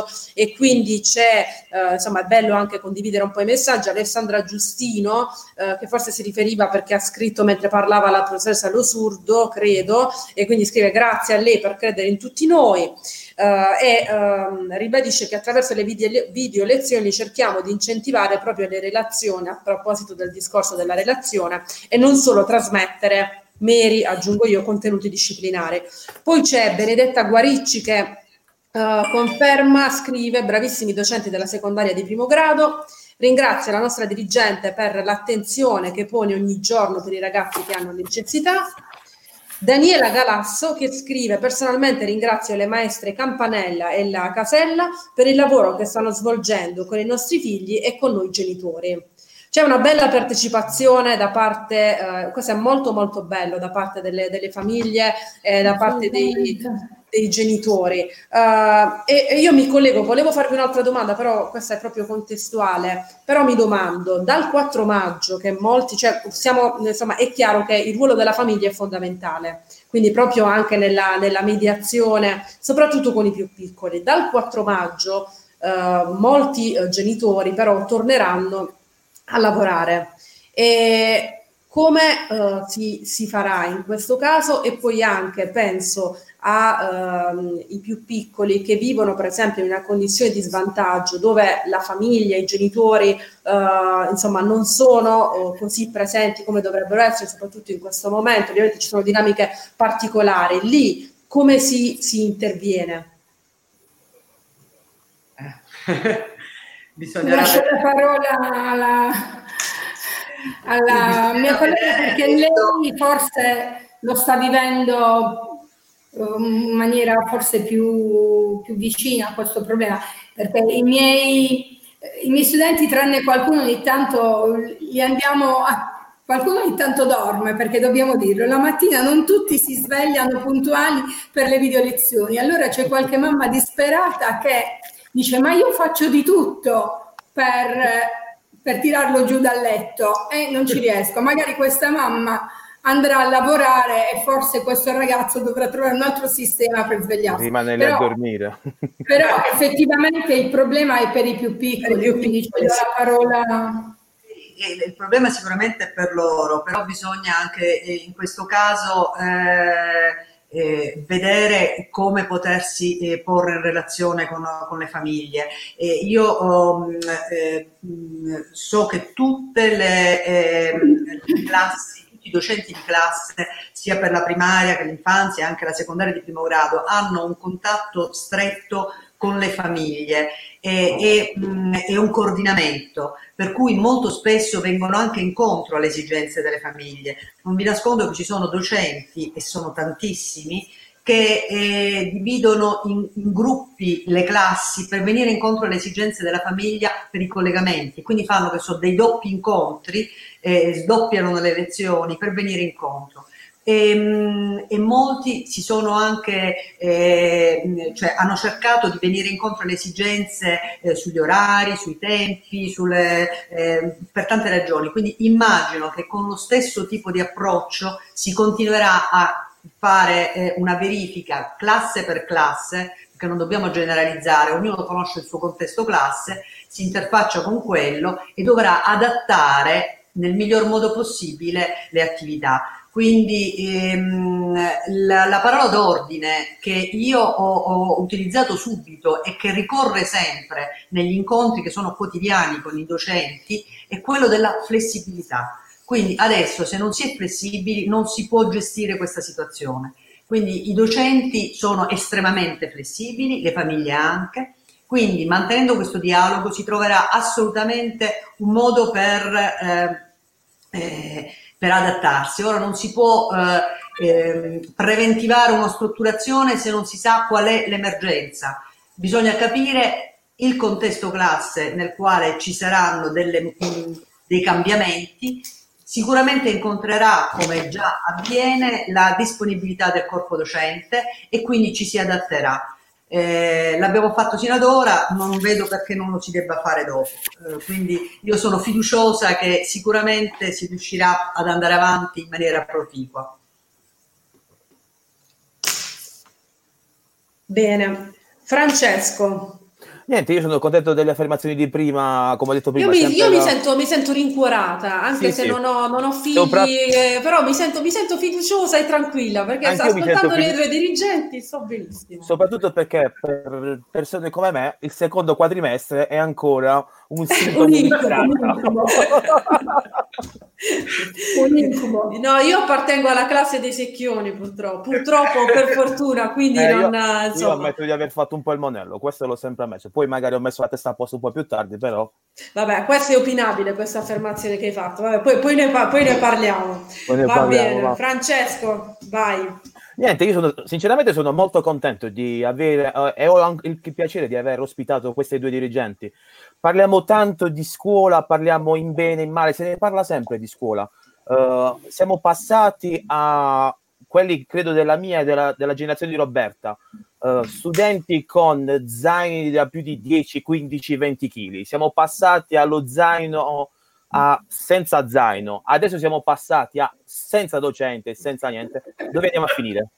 S2: e quindi insomma è bello anche condividere un po' i messaggi. Alessandra Giustino, che forse si riferiva perché ha scritto mentre parlava la professoressa Lo Surdo, credo, e quindi scrive: grazie a lei per credere in tutti noi. Ribadisce che attraverso le video lezioni cerchiamo di incentivare proprio le relazioni, a proposito del discorso della relazione, e non solo trasmettere meri, aggiungo io, contenuti disciplinari. Poi c'è Benedetta Guaricci che conferma, scrive: bravissimi docenti della secondaria di primo grado, ringrazio la nostra dirigente per l'attenzione che pone ogni giorno per i ragazzi che hanno necessità. Daniela Galasso che scrive: personalmente ringrazio le maestre Campanella e la Casella per il lavoro che stanno svolgendo con i nostri figli e con noi genitori. C'è una bella partecipazione da parte, questo è molto molto bello, da parte delle famiglie, da parte dei genitori. E io mi collego, volevo farvi un'altra domanda, però questa è proprio contestuale, però mi domando, dal 4 maggio che molti, insomma, è chiaro che il ruolo della famiglia è fondamentale, quindi proprio anche nella mediazione, soprattutto con i più piccoli. Dal 4 maggio molti genitori però torneranno a lavorare. E come si farà in questo caso? E poi anche penso ai più piccoli che vivono per esempio in una condizione di svantaggio, dove la famiglia, i genitori insomma non sono così presenti come dovrebbero essere, soprattutto in questo momento. Ovviamente ci sono dinamiche particolari. Lì come si interviene?
S5: Bisognerà
S3: lascio la parola alla mia collega, perché lei forse lo sta vivendo in maniera forse più vicina a questo problema, perché i miei studenti, tranne qualcuno ogni tanto, li andiamo qualcuno ogni tanto dorme, perché dobbiamo dirlo, la mattina non tutti si svegliano puntuali per le video lezioni, allora c'è qualche mamma disperata che dice: ma io faccio di tutto per tirarlo giù dal letto e non ci riesco. Magari questa mamma andrà a lavorare e forse questo ragazzo dovrà trovare un altro sistema per svegliarsi.
S4: Rimane lì a dormire.
S3: Però effettivamente il problema è per i più piccoli, quindi ci do la parola.
S5: Il problema sicuramente è per loro, però bisogna anche in questo caso vedere come potersi porre in relazione con le famiglie. Io so che tutte le classi, tutti i docenti di classe, sia per la primaria che l'infanzia e anche la secondaria di primo grado, hanno un contatto stretto con le famiglie e un coordinamento, per cui molto spesso vengono anche incontro alle esigenze delle famiglie. Non vi nascondo che ci sono docenti, e sono tantissimi, che dividono in gruppi le classi per venire incontro alle esigenze della famiglia per i collegamenti, quindi fanno dei doppi incontri, sdoppiano le lezioni per venire incontro. E molti si sono anche hanno cercato di venire incontro alle esigenze sugli orari, sui tempi, per tante ragioni. Quindi immagino che con lo stesso tipo di approccio si continuerà a fare una verifica classe per classe, perché non dobbiamo generalizzare, ognuno conosce il suo contesto classe, si interfaccia con quello e dovrà adattare nel miglior modo possibile le attività. Quindi la parola d'ordine che io ho utilizzato subito e che ricorre sempre negli incontri che sono quotidiani con i docenti è quello della flessibilità. Quindi adesso, se non si è flessibili, non si può gestire questa situazione. Quindi i docenti sono estremamente flessibili, le famiglie anche. Quindi mantenendo questo dialogo si troverà assolutamente un modo per adattarsi. Ora non si può preventivare una strutturazione se non si sa qual è l'emergenza. Bisogna capire il contesto classe nel quale ci saranno dei cambiamenti. Sicuramente incontrerà, come già avviene, la disponibilità del corpo docente e quindi ci si adatterà. L'abbiamo fatto sino ad ora, non vedo perché non lo si debba fare dopo, quindi io sono fiduciosa che sicuramente si riuscirà ad andare avanti in maniera proficua.
S2: Bene, Francesco.
S4: Niente, io sono contento delle affermazioni di prima, come ho detto prima.
S2: Io mi sento rincuorata, anche se non ho figli, però mi sento fiduciosa e tranquilla, perché ascoltando le due dirigenti sto benissimo.
S4: Soprattutto perché per persone come me il secondo quadrimestre è ancora un sintomo di
S3: un incubo.
S2: No, io appartengo alla classe dei secchioni, purtroppo per fortuna, quindi
S4: io ammetto di aver fatto un po' il monello, questo l'ho sempre ammesso. Poi magari ho messo la testa a posto un po' più tardi, però
S2: vabbè, questo è opinabile, questa affermazione che hai fatto. Vabbè, poi ne parliamo. Va bene. Francesco, vai.
S4: Niente, io sinceramente sono molto contento di avere e ho anche il piacere di aver ospitato queste due dirigenti. Parliamo tanto di scuola, parliamo in bene e in male, se ne parla sempre di scuola. Siamo passati a quelli, credo, della mia e della generazione di Roberta, studenti con zaini da più di 10, 15, 20 kg. Siamo passati allo zaino a senza zaino, adesso siamo passati a senza docente, senza niente. Dove andiamo a finire?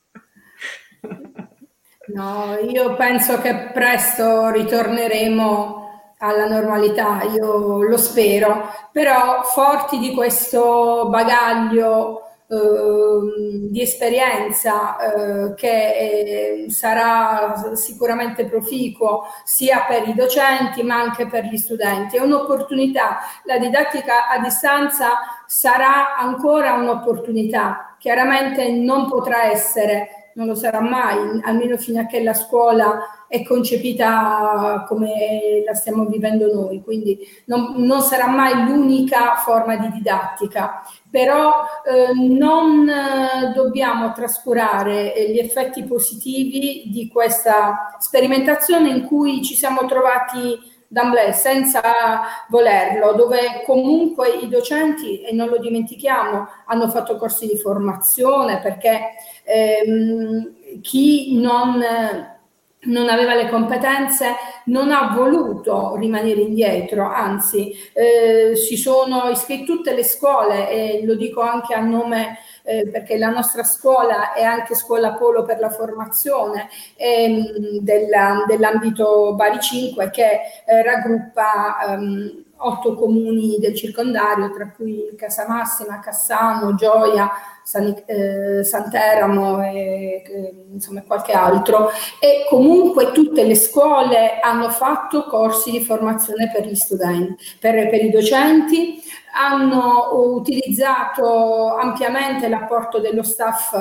S3: No, io penso che presto ritorneremo alla normalità, io lo spero, però forti di questo bagaglio di esperienza che sarà sicuramente proficuo sia per i docenti ma anche per gli studenti. È un'opportunità, la didattica a distanza sarà ancora un'opportunità, chiaramente non potrà essere, non lo sarà mai, almeno fino a che la scuola è concepita come la stiamo vivendo noi, quindi non sarà mai l'unica forma di didattica, però non dobbiamo trascurare gli effetti positivi di questa sperimentazione in cui ci siamo trovati d'amblè, senza volerlo, dove comunque i docenti, e non lo dimentichiamo, hanno fatto corsi di formazione, perché chi non aveva le competenze non ha voluto rimanere indietro, anzi si sono iscritti tutte le scuole, e lo dico anche a nome perché la nostra scuola è anche scuola polo per la formazione dell'ambito Bari 5, che raggruppa 8 comuni del circondario, tra cui Casamassima, Cassano, Gioia, Sant'Eramo e insomma qualche altro, e comunque tutte le scuole hanno fatto corsi di formazione per gli studenti, per i docenti, hanno utilizzato ampiamente l'apporto dello staff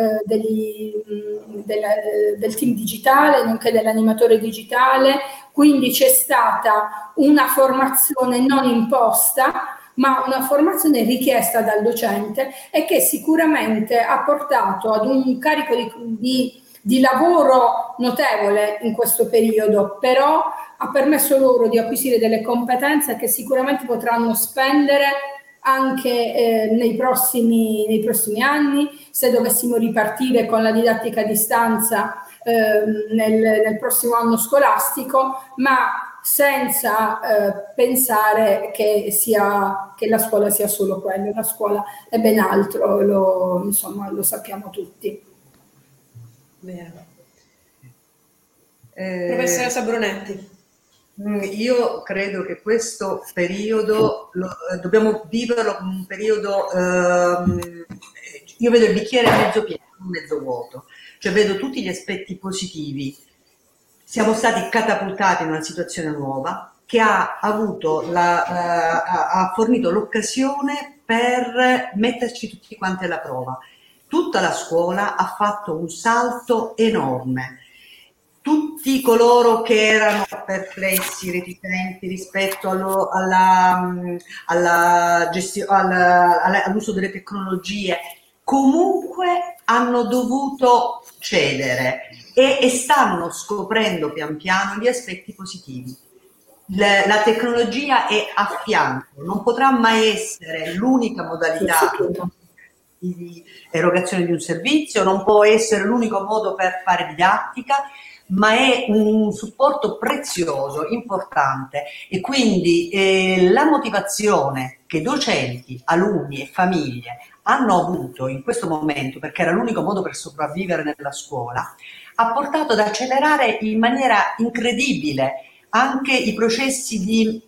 S3: del team digitale, nonché dell'animatore digitale, quindi c'è stata una formazione non imposta, ma una formazione richiesta dal docente e che sicuramente ha portato ad un carico di lavoro notevole in questo periodo, però ha permesso loro di acquisire delle competenze che sicuramente potranno spendere anche nei prossimi anni, se dovessimo ripartire con la didattica a distanza nel prossimo anno scolastico, ma senza pensare che la scuola sia solo quello. La scuola è ben altro, lo sappiamo tutti.
S2: Bene. Professoressa Brunetti.
S5: Io credo che questo periodo dobbiamo viverlo come un periodo, io vedo il bicchiere mezzo pieno, non mezzo vuoto, cioè vedo tutti gli aspetti positivi. Siamo stati catapultati in una situazione nuova che ha fornito l'occasione per metterci tutti quanti alla prova. Tutta la scuola ha fatto un salto enorme. Tutti coloro che erano perplessi, reticenti rispetto all'uso delle tecnologie, comunque hanno dovuto cedere e stanno scoprendo pian piano gli aspetti positivi. La tecnologia è a fianco, non potrà mai essere l'unica modalità di erogazione di un servizio, non può essere l'unico modo per fare didattica, ma è un supporto prezioso, importante, e quindi la motivazione che docenti, alunni e famiglie hanno avuto in questo momento, perché era l'unico modo per sopravvivere nella scuola, ha portato ad accelerare in maniera incredibile anche i processi di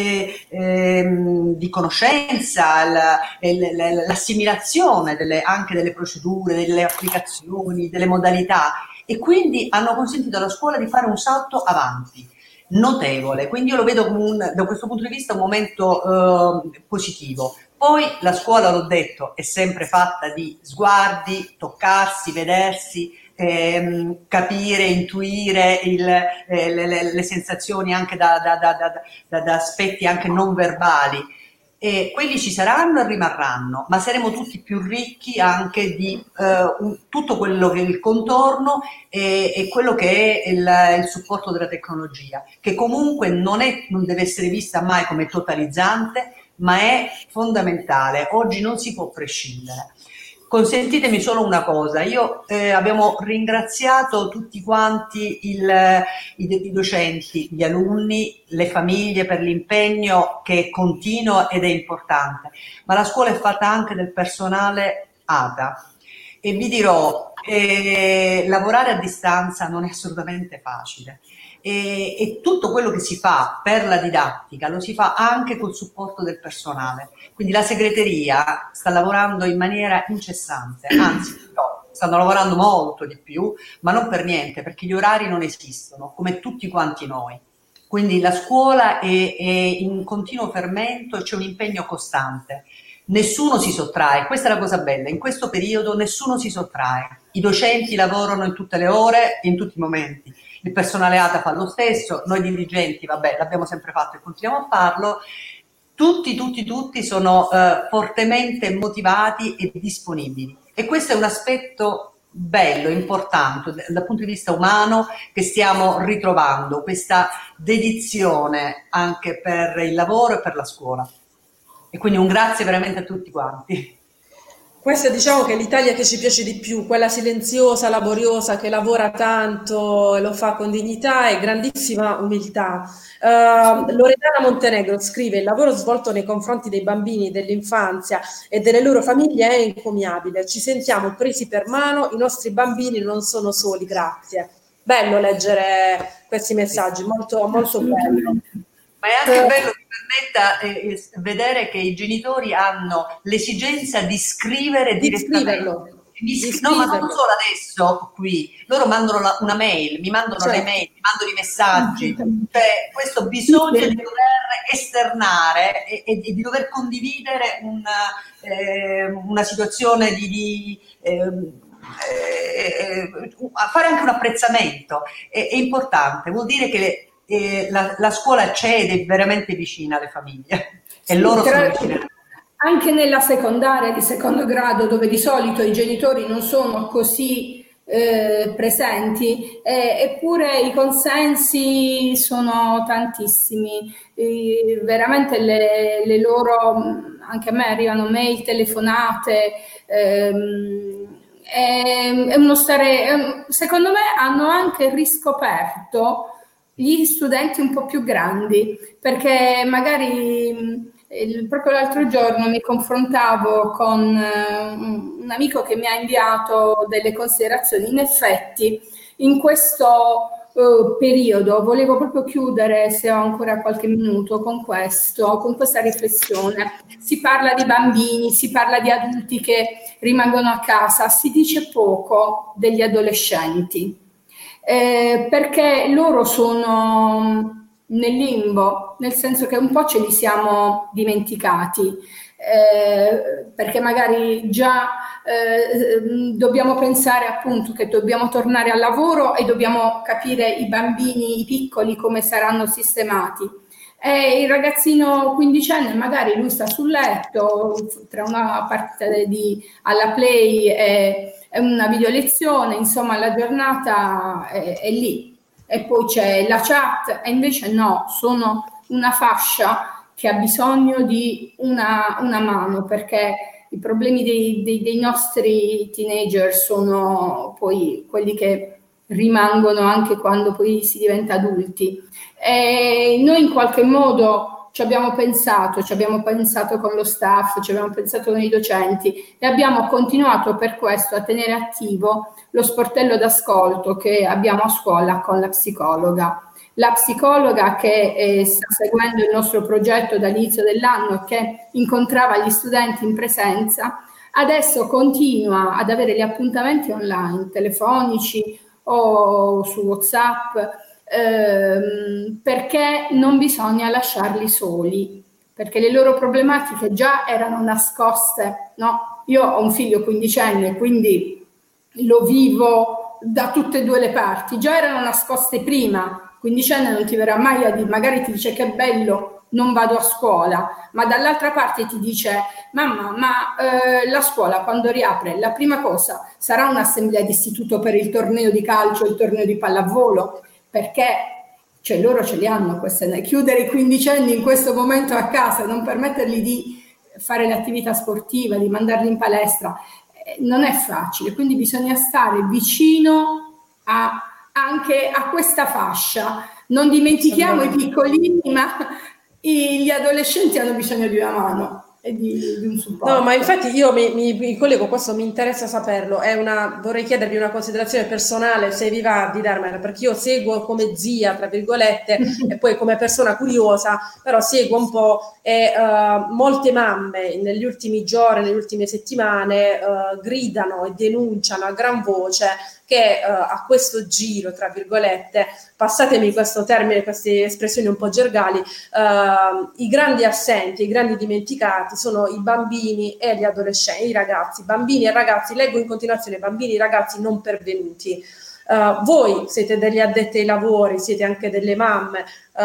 S5: conoscenza, l'assimilazione anche delle procedure, delle applicazioni, delle modalità, e quindi hanno consentito alla scuola di fare un salto avanti notevole. Quindi io lo vedo come da questo punto di vista un momento positivo. Poi la scuola, l'ho detto, è sempre fatta di sguardi, toccarsi, vedersi, capire, intuire le sensazioni anche da aspetti anche non verbali. E quelli ci saranno e rimarranno, ma saremo tutti più ricchi anche di tutto quello che è il contorno e quello che è il supporto della tecnologia, che comunque non deve essere vista mai come totalizzante, ma è fondamentale. Oggi non si può prescindere. Consentitemi solo una cosa, abbiamo ringraziato tutti quanti i docenti, gli alunni, le famiglie per l'impegno che è continuo ed è importante, ma la scuola è fatta anche del personale ATA e vi dirò, lavorare a distanza non è assolutamente facile. E tutto quello che si fa per la didattica lo si fa anche col supporto del personale, quindi la segreteria sta lavorando in maniera incessante, anzi no, stanno lavorando molto di più, ma non per niente, perché gli orari non esistono, come tutti quanti noi. Quindi la scuola è in continuo fermento e c'è un impegno costante. Nessuno si sottrae, questa è la cosa bella, in questo periodo nessuno si sottrae, i docenti lavorano in tutte le ore e in tutti i momenti, il personale ATA fa lo stesso, noi dirigenti, vabbè, l'abbiamo sempre fatto e continuiamo a farlo, tutti sono fortemente motivati e disponibili, e questo è un aspetto bello, importante dal punto di vista umano, che stiamo ritrovando, questa dedizione anche per il lavoro e per la scuola. E quindi un grazie veramente a tutti quanti.
S2: Questa diciamo che è l'Italia che ci piace di più, quella silenziosa, laboriosa, che lavora tanto e lo fa con dignità e grandissima umiltà. Loredana Montenegro scrive: il lavoro svolto nei confronti dei bambini, dell'infanzia e delle loro famiglie è encomiabile. Ci sentiamo presi per mano, i nostri bambini non sono soli, grazie. Bello leggere questi messaggi, molto, molto bello.
S5: Ma è anche bello, mi permetta, vedere che i genitori hanno l'esigenza di scrivere direttamente. No, ma non solo adesso qui, loro mandano una mail, mi mandano le mail, mi mandano i messaggi, cioè questo bisogno di dover esternare e di dover condividere una situazione fare anche un apprezzamento è importante, vuol dire che la scuola c'è ed è veramente vicina alle famiglie e loro sono vicine.
S3: Anche nella secondaria di secondo grado, dove di solito i genitori non sono così presenti, eppure i consensi sono tantissimi, veramente le loro, anche a me arrivano mail, telefonate, è uno stare, secondo me hanno anche riscoperto gli studenti un po' più grandi, perché magari proprio l'altro giorno mi confrontavo con un amico che mi ha inviato delle considerazioni. In effetti in questo periodo volevo proprio chiudere, se ho ancora qualche minuto, con questa riflessione. Si parla di bambini, si parla di adulti che rimangono a casa, si dice poco degli adolescenti. Perché loro sono nel limbo, nel senso che un po' ce li siamo dimenticati, perché magari già dobbiamo pensare appunto che dobbiamo tornare al lavoro e dobbiamo capire i bambini, i piccoli, come saranno sistemati. E il ragazzino quindicenne magari lui sta sul letto tra una partita alla play e una video lezione, insomma la giornata è lì, e poi c'è la chat, e invece no, sono una fascia che ha bisogno di una mano, perché i problemi dei nostri teenager sono poi quelli che rimangono anche quando poi si diventa adulti, e noi in qualche modo ci abbiamo pensato con lo staff, ci abbiamo pensato con i docenti e abbiamo continuato per questo a tenere attivo lo sportello d'ascolto che abbiamo a scuola con la psicologa. La psicologa che sta seguendo il nostro progetto dall'inizio dell'anno e che incontrava gli studenti in presenza, adesso continua ad avere gli appuntamenti online, telefonici o su WhatsApp, perché non bisogna lasciarli soli, perché le loro problematiche già erano nascoste, no? Io ho un figlio quindicenne, quindi lo vivo da tutte e due le parti, già erano nascoste prima. Quindicenne non ti verrà mai a dire, magari ti dice che bello, non vado a scuola, ma dall'altra parte ti dice mamma, la scuola quando riapre la prima cosa sarà un'assemblea d'istituto per il torneo di calcio, il torneo di pallavolo, perché cioè, loro ce li hanno queste, chiudere i quindicenni in questo momento a casa, non permettergli di fare l'attività sportiva, di mandarli in palestra, non è facile, quindi bisogna stare vicino anche a questa fascia. Non dimentichiamo i piccolini, ma gli adolescenti hanno bisogno di una mano e di un supporto.
S2: No, ma infatti io mi collego, questo mi interessa saperlo, vorrei chiedervi una considerazione personale, se vi va di darmela, perché io seguo come zia, tra virgolette, e poi come persona curiosa, però seguo un po' e molte mamme negli ultimi giorni, nelle ultime settimane gridano e denunciano a gran voce che a questo giro, tra virgolette, passatemi questo termine, queste espressioni un po' gergali, i grandi assenti, i grandi dimenticati sono i bambini e gli adolescenti, i ragazzi, bambini e ragazzi, leggo in continuazione, bambini e ragazzi non pervenuti. Voi siete degli addetti ai lavori, siete anche delle mamme,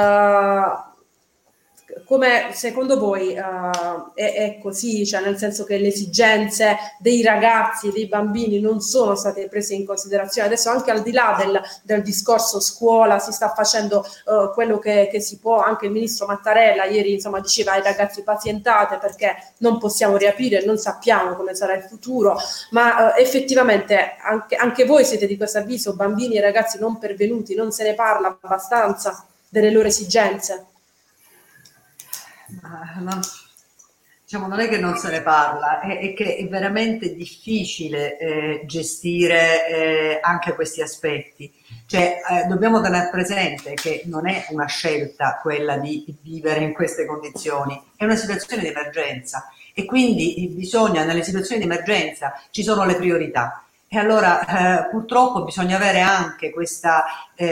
S2: come secondo voi è così, cioè nel senso che le esigenze dei ragazzi e dei bambini non sono state prese in considerazione? Adesso anche al di là del discorso scuola si sta facendo quello che si può, anche il ministro Mattarella ieri insomma diceva ai ragazzi pazientate perché non possiamo riaprire, non sappiamo come sarà il futuro, ma effettivamente anche voi siete di questo avviso, bambini e ragazzi non pervenuti, non se ne parla abbastanza delle loro esigenze?
S5: Non è che non se ne parla, è che è veramente difficile gestire anche questi aspetti. Dobbiamo tenere presente che non è una scelta quella di vivere in queste condizioni, è una situazione di emergenza e quindi nelle situazioni di emergenza ci sono le priorità. E allora purtroppo bisogna avere anche questa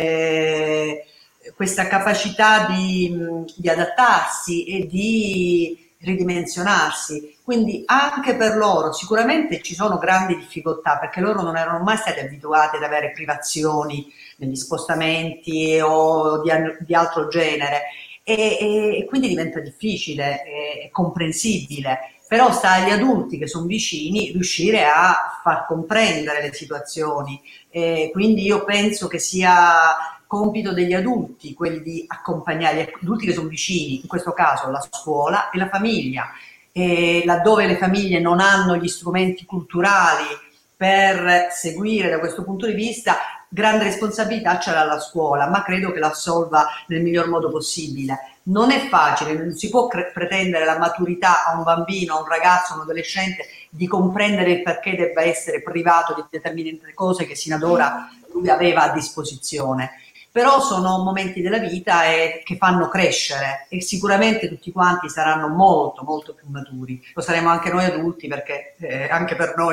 S5: capacità di adattarsi e di ridimensionarsi, quindi anche per loro sicuramente ci sono grandi difficoltà perché loro non erano mai stati abituati ad avere privazioni negli spostamenti o di altro genere e quindi diventa difficile e comprensibile, però sta agli adulti che sono vicini riuscire a far comprendere le situazioni, quindi io penso che sia compito degli adulti, quelli di accompagnare gli adulti che sono vicini, in questo caso la scuola e la famiglia, e laddove le famiglie non hanno gli strumenti culturali per seguire da questo punto di vista, grande responsabilità ce l'ha la scuola, ma credo che la assolva nel miglior modo possibile. Non è facile, non si può pretendere la maturità a un bambino, a un ragazzo, a un adolescente di comprendere il perché debba essere privato di determinate cose che sino ad ora lui aveva a disposizione. Però sono momenti della vita che fanno crescere e sicuramente tutti quanti saranno molto molto più maturi, lo saremo anche noi adulti perché anche per noi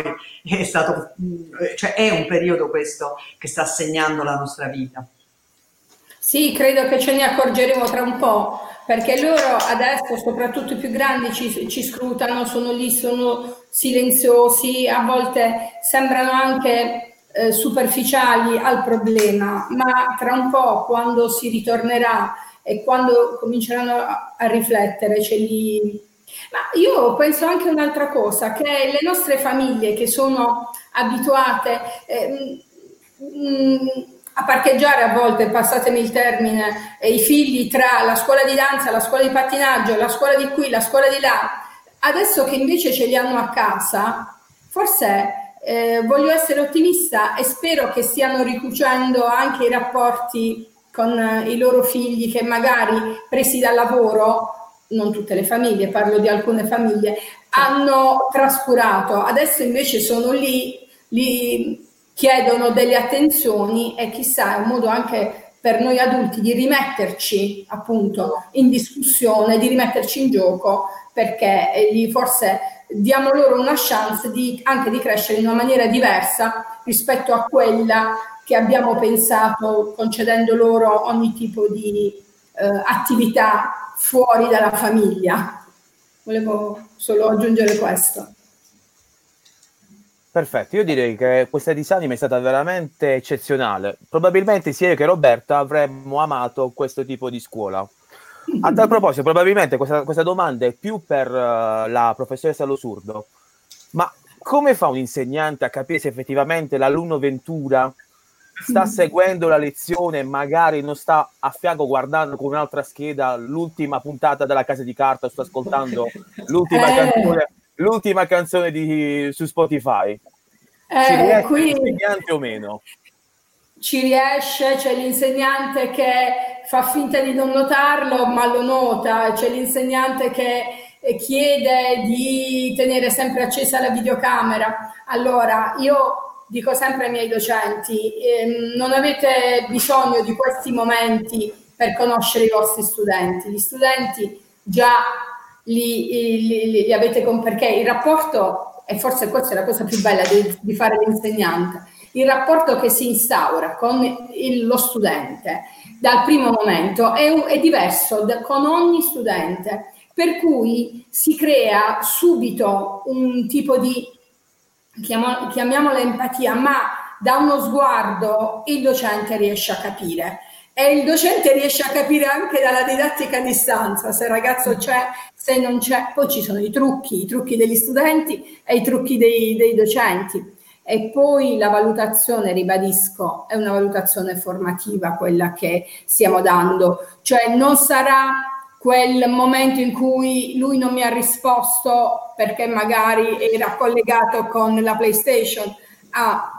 S5: è un periodo questo che sta segnando la nostra vita.
S3: Sì, credo che ce ne accorgeremo tra un po', perché loro adesso, soprattutto i più grandi, ci scrutano, sono lì, sono silenziosi, a volte sembrano anche superficiali al problema, ma tra un po', quando si ritornerà e quando cominceranno a riflettere, ce li... Ma io penso anche un'altra cosa, che le nostre famiglie che sono abituate a parcheggiare a volte, passatemi il termine, i figli tra la scuola di danza, la scuola di pattinaggio, la scuola di qui, la scuola di là, adesso che invece ce li hanno a casa, forse voglio essere ottimista e spero che stiano ricucendo anche i rapporti con i loro figli che magari presi dal lavoro non tutte le famiglie, parlo di alcune famiglie, hanno trascurato, adesso invece sono lì chiedono delle attenzioni e chissà, è un modo anche per noi adulti di rimetterci appunto in discussione, di rimetterci in gioco, perché forse diamo loro una chance anche di crescere in una maniera diversa rispetto a quella che abbiamo pensato, concedendo loro ogni tipo di attività fuori dalla famiglia. Volevo solo aggiungere questo.
S4: Perfetto, io direi che questa disamina è stata veramente eccezionale. Probabilmente sia io che Roberta avremmo amato questo tipo di scuola. A tal proposito, probabilmente questa domanda è più per la professoressa Lo Surdo, ma come fa un insegnante a capire se effettivamente l'alunno Ventura sta seguendo la lezione e magari non sta a fianco guardando con un'altra scheda l'ultima puntata della Casa di Carta, sta ascoltando l'ultima canzone su Spotify? Ci riesce
S3: qui
S4: l'insegnante o meno?
S3: Ci riesce, c'è l'insegnante che fa finta di non notarlo ma lo nota, c'è l'insegnante che chiede di tenere sempre accesa la videocamera. Allora io dico sempre ai miei docenti, non avete bisogno di questi momenti per conoscere i vostri studenti, gli studenti già li avete perché il rapporto, e forse questa è la cosa più bella di fare l'insegnante, il rapporto che si instaura con lo studente dal primo momento è diverso con ogni studente, per cui si crea subito un tipo di, chiamiamola empatia, ma da uno sguardo il docente riesce a capire. E il docente riesce a capire anche dalla didattica a distanza se il ragazzo c'è, se non c'è. Poi ci sono i trucchi degli studenti e i trucchi dei docenti. E poi la valutazione, ribadisco, è una valutazione formativa quella che stiamo dando. Cioè non sarà quel momento in cui lui non mi ha risposto perché magari era collegato con la PlayStation a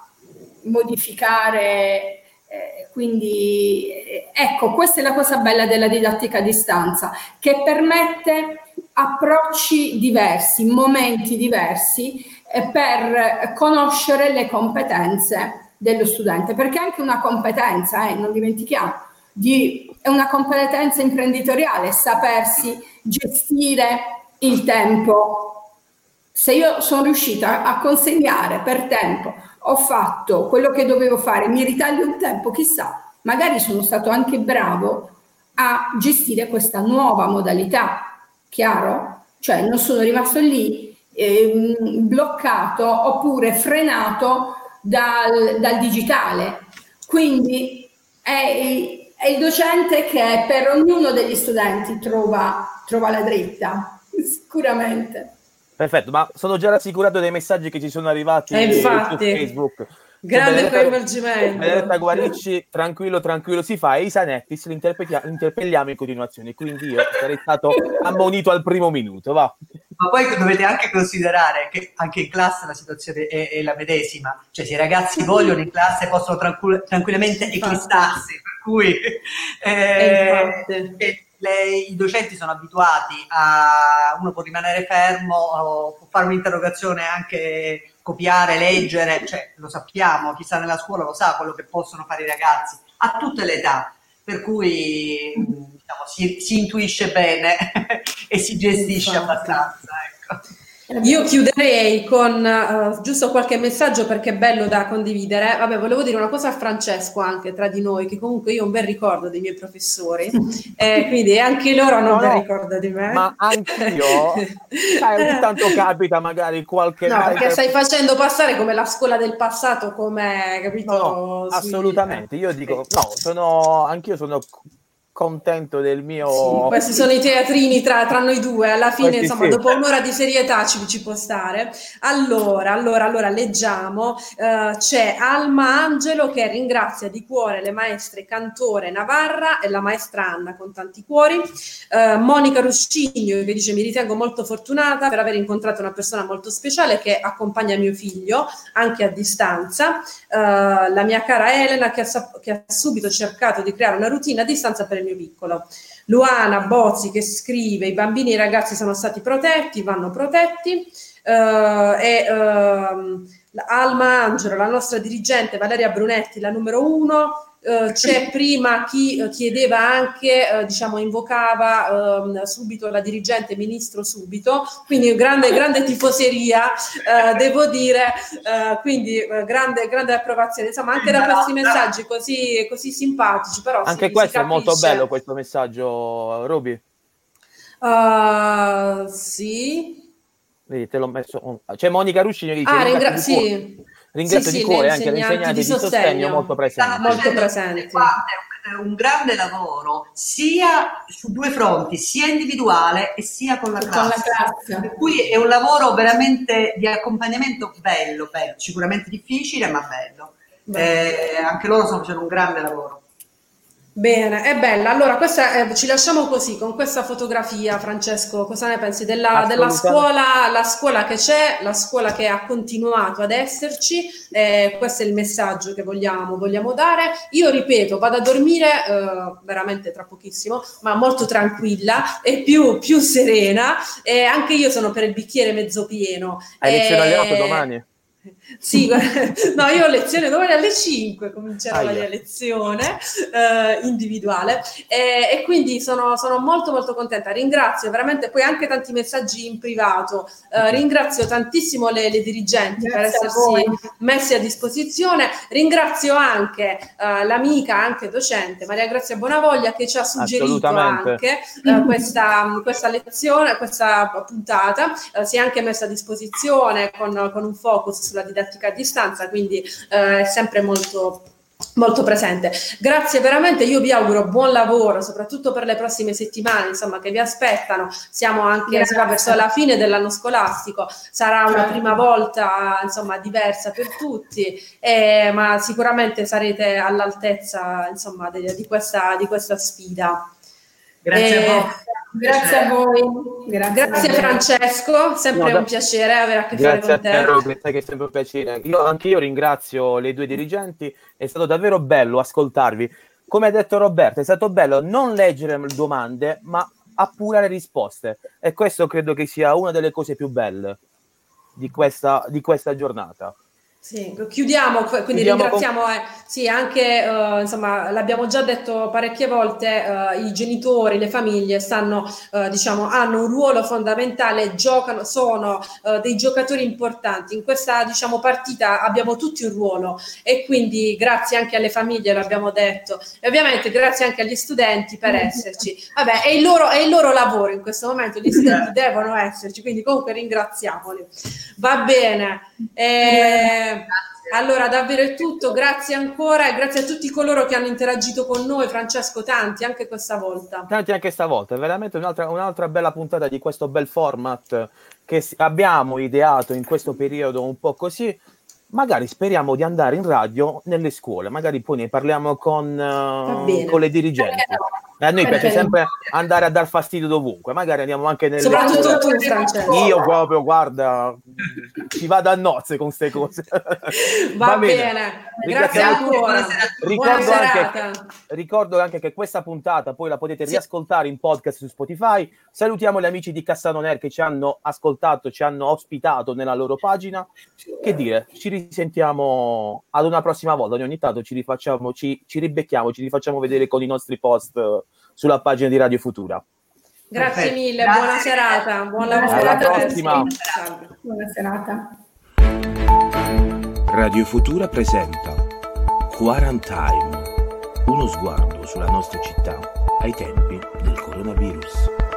S3: modificare. Quindi ecco, questa è la cosa bella della didattica a distanza, che permette approcci diversi, momenti diversi per conoscere le competenze dello studente, perché anche una competenza, non dimentichiamo, è una competenza imprenditoriale, sapersi gestire il tempo. Se io sono riuscita a consegnare per tempo, ho fatto quello che dovevo fare, mi ritaglio il tempo, chissà, magari sono stato anche bravo a gestire questa nuova modalità, chiaro? Cioè non sono rimasto lì bloccato oppure frenato dal digitale. Quindi è il docente che per ognuno degli studenti trova la dritta, sicuramente.
S4: Perfetto, ma sono già rassicurato dai messaggi che ci sono arrivati su Facebook.
S2: Grande coinvolgimento.
S4: Benedetta Guaricci, tranquillo, si fa. E i Sanettis li interpelliamo in continuazione, quindi io sarei stato ammonito al primo minuto, va.
S5: Ma poi dovete anche considerare che anche in classe la situazione è la medesima, cioè se i ragazzi vogliono in classe possono tranquillamente eclissarsi, per cui i docenti sono abituati uno può rimanere fermo, può fare un'interrogazione anche copiare, leggere, cioè lo sappiamo, chi sta nella scuola lo sa quello che possono fare i ragazzi a tutte le età, per cui diciamo, si intuisce bene e si gestisce abbastanza, ecco.
S2: Io chiuderei con giusto qualche messaggio perché è bello da condividere. Vabbè, volevo dire una cosa a Francesco anche tra di noi, che comunque io ho un bel ricordo dei miei professori, quindi anche loro hanno un bel ricordo di me.
S4: Ma anch'io, ogni tanto capita magari qualche...
S2: No, perché stai facendo passare come la scuola del passato, come, capito?
S4: No, assolutamente, io dico, anch'io sono contento del mio...
S2: Sì, questi sono i teatrini tra noi due, alla fine insomma dopo un'ora di serietà ci può stare. Allora leggiamo, c'è Alma Angelo che ringrazia di cuore le maestre Cantore Navarra e la maestra Anna con tanti cuori, Monica Ruscigno che dice mi ritengo molto fortunata per aver incontrato una persona molto speciale che accompagna mio figlio anche a distanza, la mia cara Elena che ha subito cercato di creare una routine a distanza per il mio piccolo. Luana Bozzi che scrive: i bambini e i ragazzi sono stati protetti, vanno protetti. Alma Angelo, la nostra dirigente Valeria Brunetti, la numero 1. C'è prima chi chiedeva anche, invocava subito la dirigente ministro subito, quindi grande tifoseria, devo dire, quindi grande approvazione, insomma, anche da questi messaggi così simpatici, però
S4: anche questo è molto bello, questo messaggio, Roby.
S2: Sì.
S4: Vedi, te l'ho messo. C'è Monica Ruscini che dice ringrazio di cuore anche le insegnanti di sostegno molto presenti.
S5: Un grande lavoro sia su due fronti, sia individuale e sia con la classe. Per cui è un lavoro veramente di accompagnamento bello, sicuramente difficile ma bello. Anche loro stanno facendo un grande lavoro.
S2: Bene, è bella. Allora, ci lasciamo così, con questa fotografia. Francesco, cosa ne pensi della scuola, la scuola che c'è, la scuola che ha continuato ad esserci? Questo è il messaggio che vogliamo dare. Io ripeto, vado a dormire veramente tra pochissimo, ma molto tranquilla e più serena. Anche io sono per il bicchiere mezzo pieno.
S4: Hai lezione alle 8 domani?
S2: Sì, no, io ho lezione domani alle 5, comincerò la mia lezione individuale e quindi sono molto contenta. Ringrazio veramente, poi anche tanti messaggi in privato, ringrazio tantissimo le dirigenti per essersi messi a disposizione, ringrazio anche l'amica, anche docente Maria Grazia Bonavoglia, che ci ha suggerito anche questa lezione, questa puntata, si è anche messa a disposizione con un focus sulla didattica a distanza, quindi è sempre molto presente. Grazie veramente, io vi auguro buon lavoro, soprattutto per le prossime settimane, insomma, che vi aspettano. Siamo anche verso la fine dell'anno scolastico, sarà una prima volta, insomma, diversa per tutti, ma sicuramente sarete all'altezza, insomma, di questa sfida.
S5: Grazie a voi.
S3: Grazie a voi.
S2: Grazie Francesco, sempre un piacere avere a che fare con te.
S4: Grazie a te, che è sempre un piacere. Anche io ringrazio le due dirigenti, è stato davvero bello ascoltarvi. Come ha detto Roberto, è stato bello non leggere le domande, ma appurare risposte. E questo credo che sia una delle cose più belle di questa giornata.
S2: Sì, chiudiamo, quindi ringraziamo anche, insomma, l'abbiamo già detto parecchie volte, i genitori, le famiglie hanno un ruolo fondamentale, sono dei giocatori importanti. In questa, partita abbiamo tutti un ruolo e quindi grazie anche alle famiglie, l'abbiamo detto, e ovviamente grazie anche agli studenti per esserci. Vabbè, è il loro lavoro in questo momento, gli studenti devono esserci, quindi comunque ringraziamoli. Va bene. Allora davvero è tutto, grazie ancora e grazie a tutti coloro che hanno interagito con noi. Francesco, tanti anche questa volta.
S4: Tanti anche stavolta, è veramente un'altra bella puntata di questo bel format che abbiamo ideato in questo periodo un po' così. Magari speriamo di andare in radio nelle scuole, magari poi ne parliamo con le dirigenti. A noi piace sempre andare a dar fastidio dovunque, magari andiamo anche nelle
S2: soprattutto tu, Francesco.
S4: Io proprio, guarda, ci vado a nozze con queste cose.
S2: Va bene. Grazie ancora.
S4: Ricordo anche che questa puntata poi la potete riascoltare in podcast su Spotify. Salutiamo gli amici di Cassano Air che ci hanno ascoltato, ci hanno ospitato nella loro pagina. Che dire, ci risentiamo ad una prossima volta. Ogni tanto ci ribecchiamo, ci rifacciamo vedere con i nostri post sulla pagina di Radio Futura.
S2: Grazie mille, buona serata, buon lavoro.
S4: Alla prossima.
S3: Buona serata.
S1: Radio Futura presenta Quarantine, uno sguardo sulla nostra città ai tempi del coronavirus.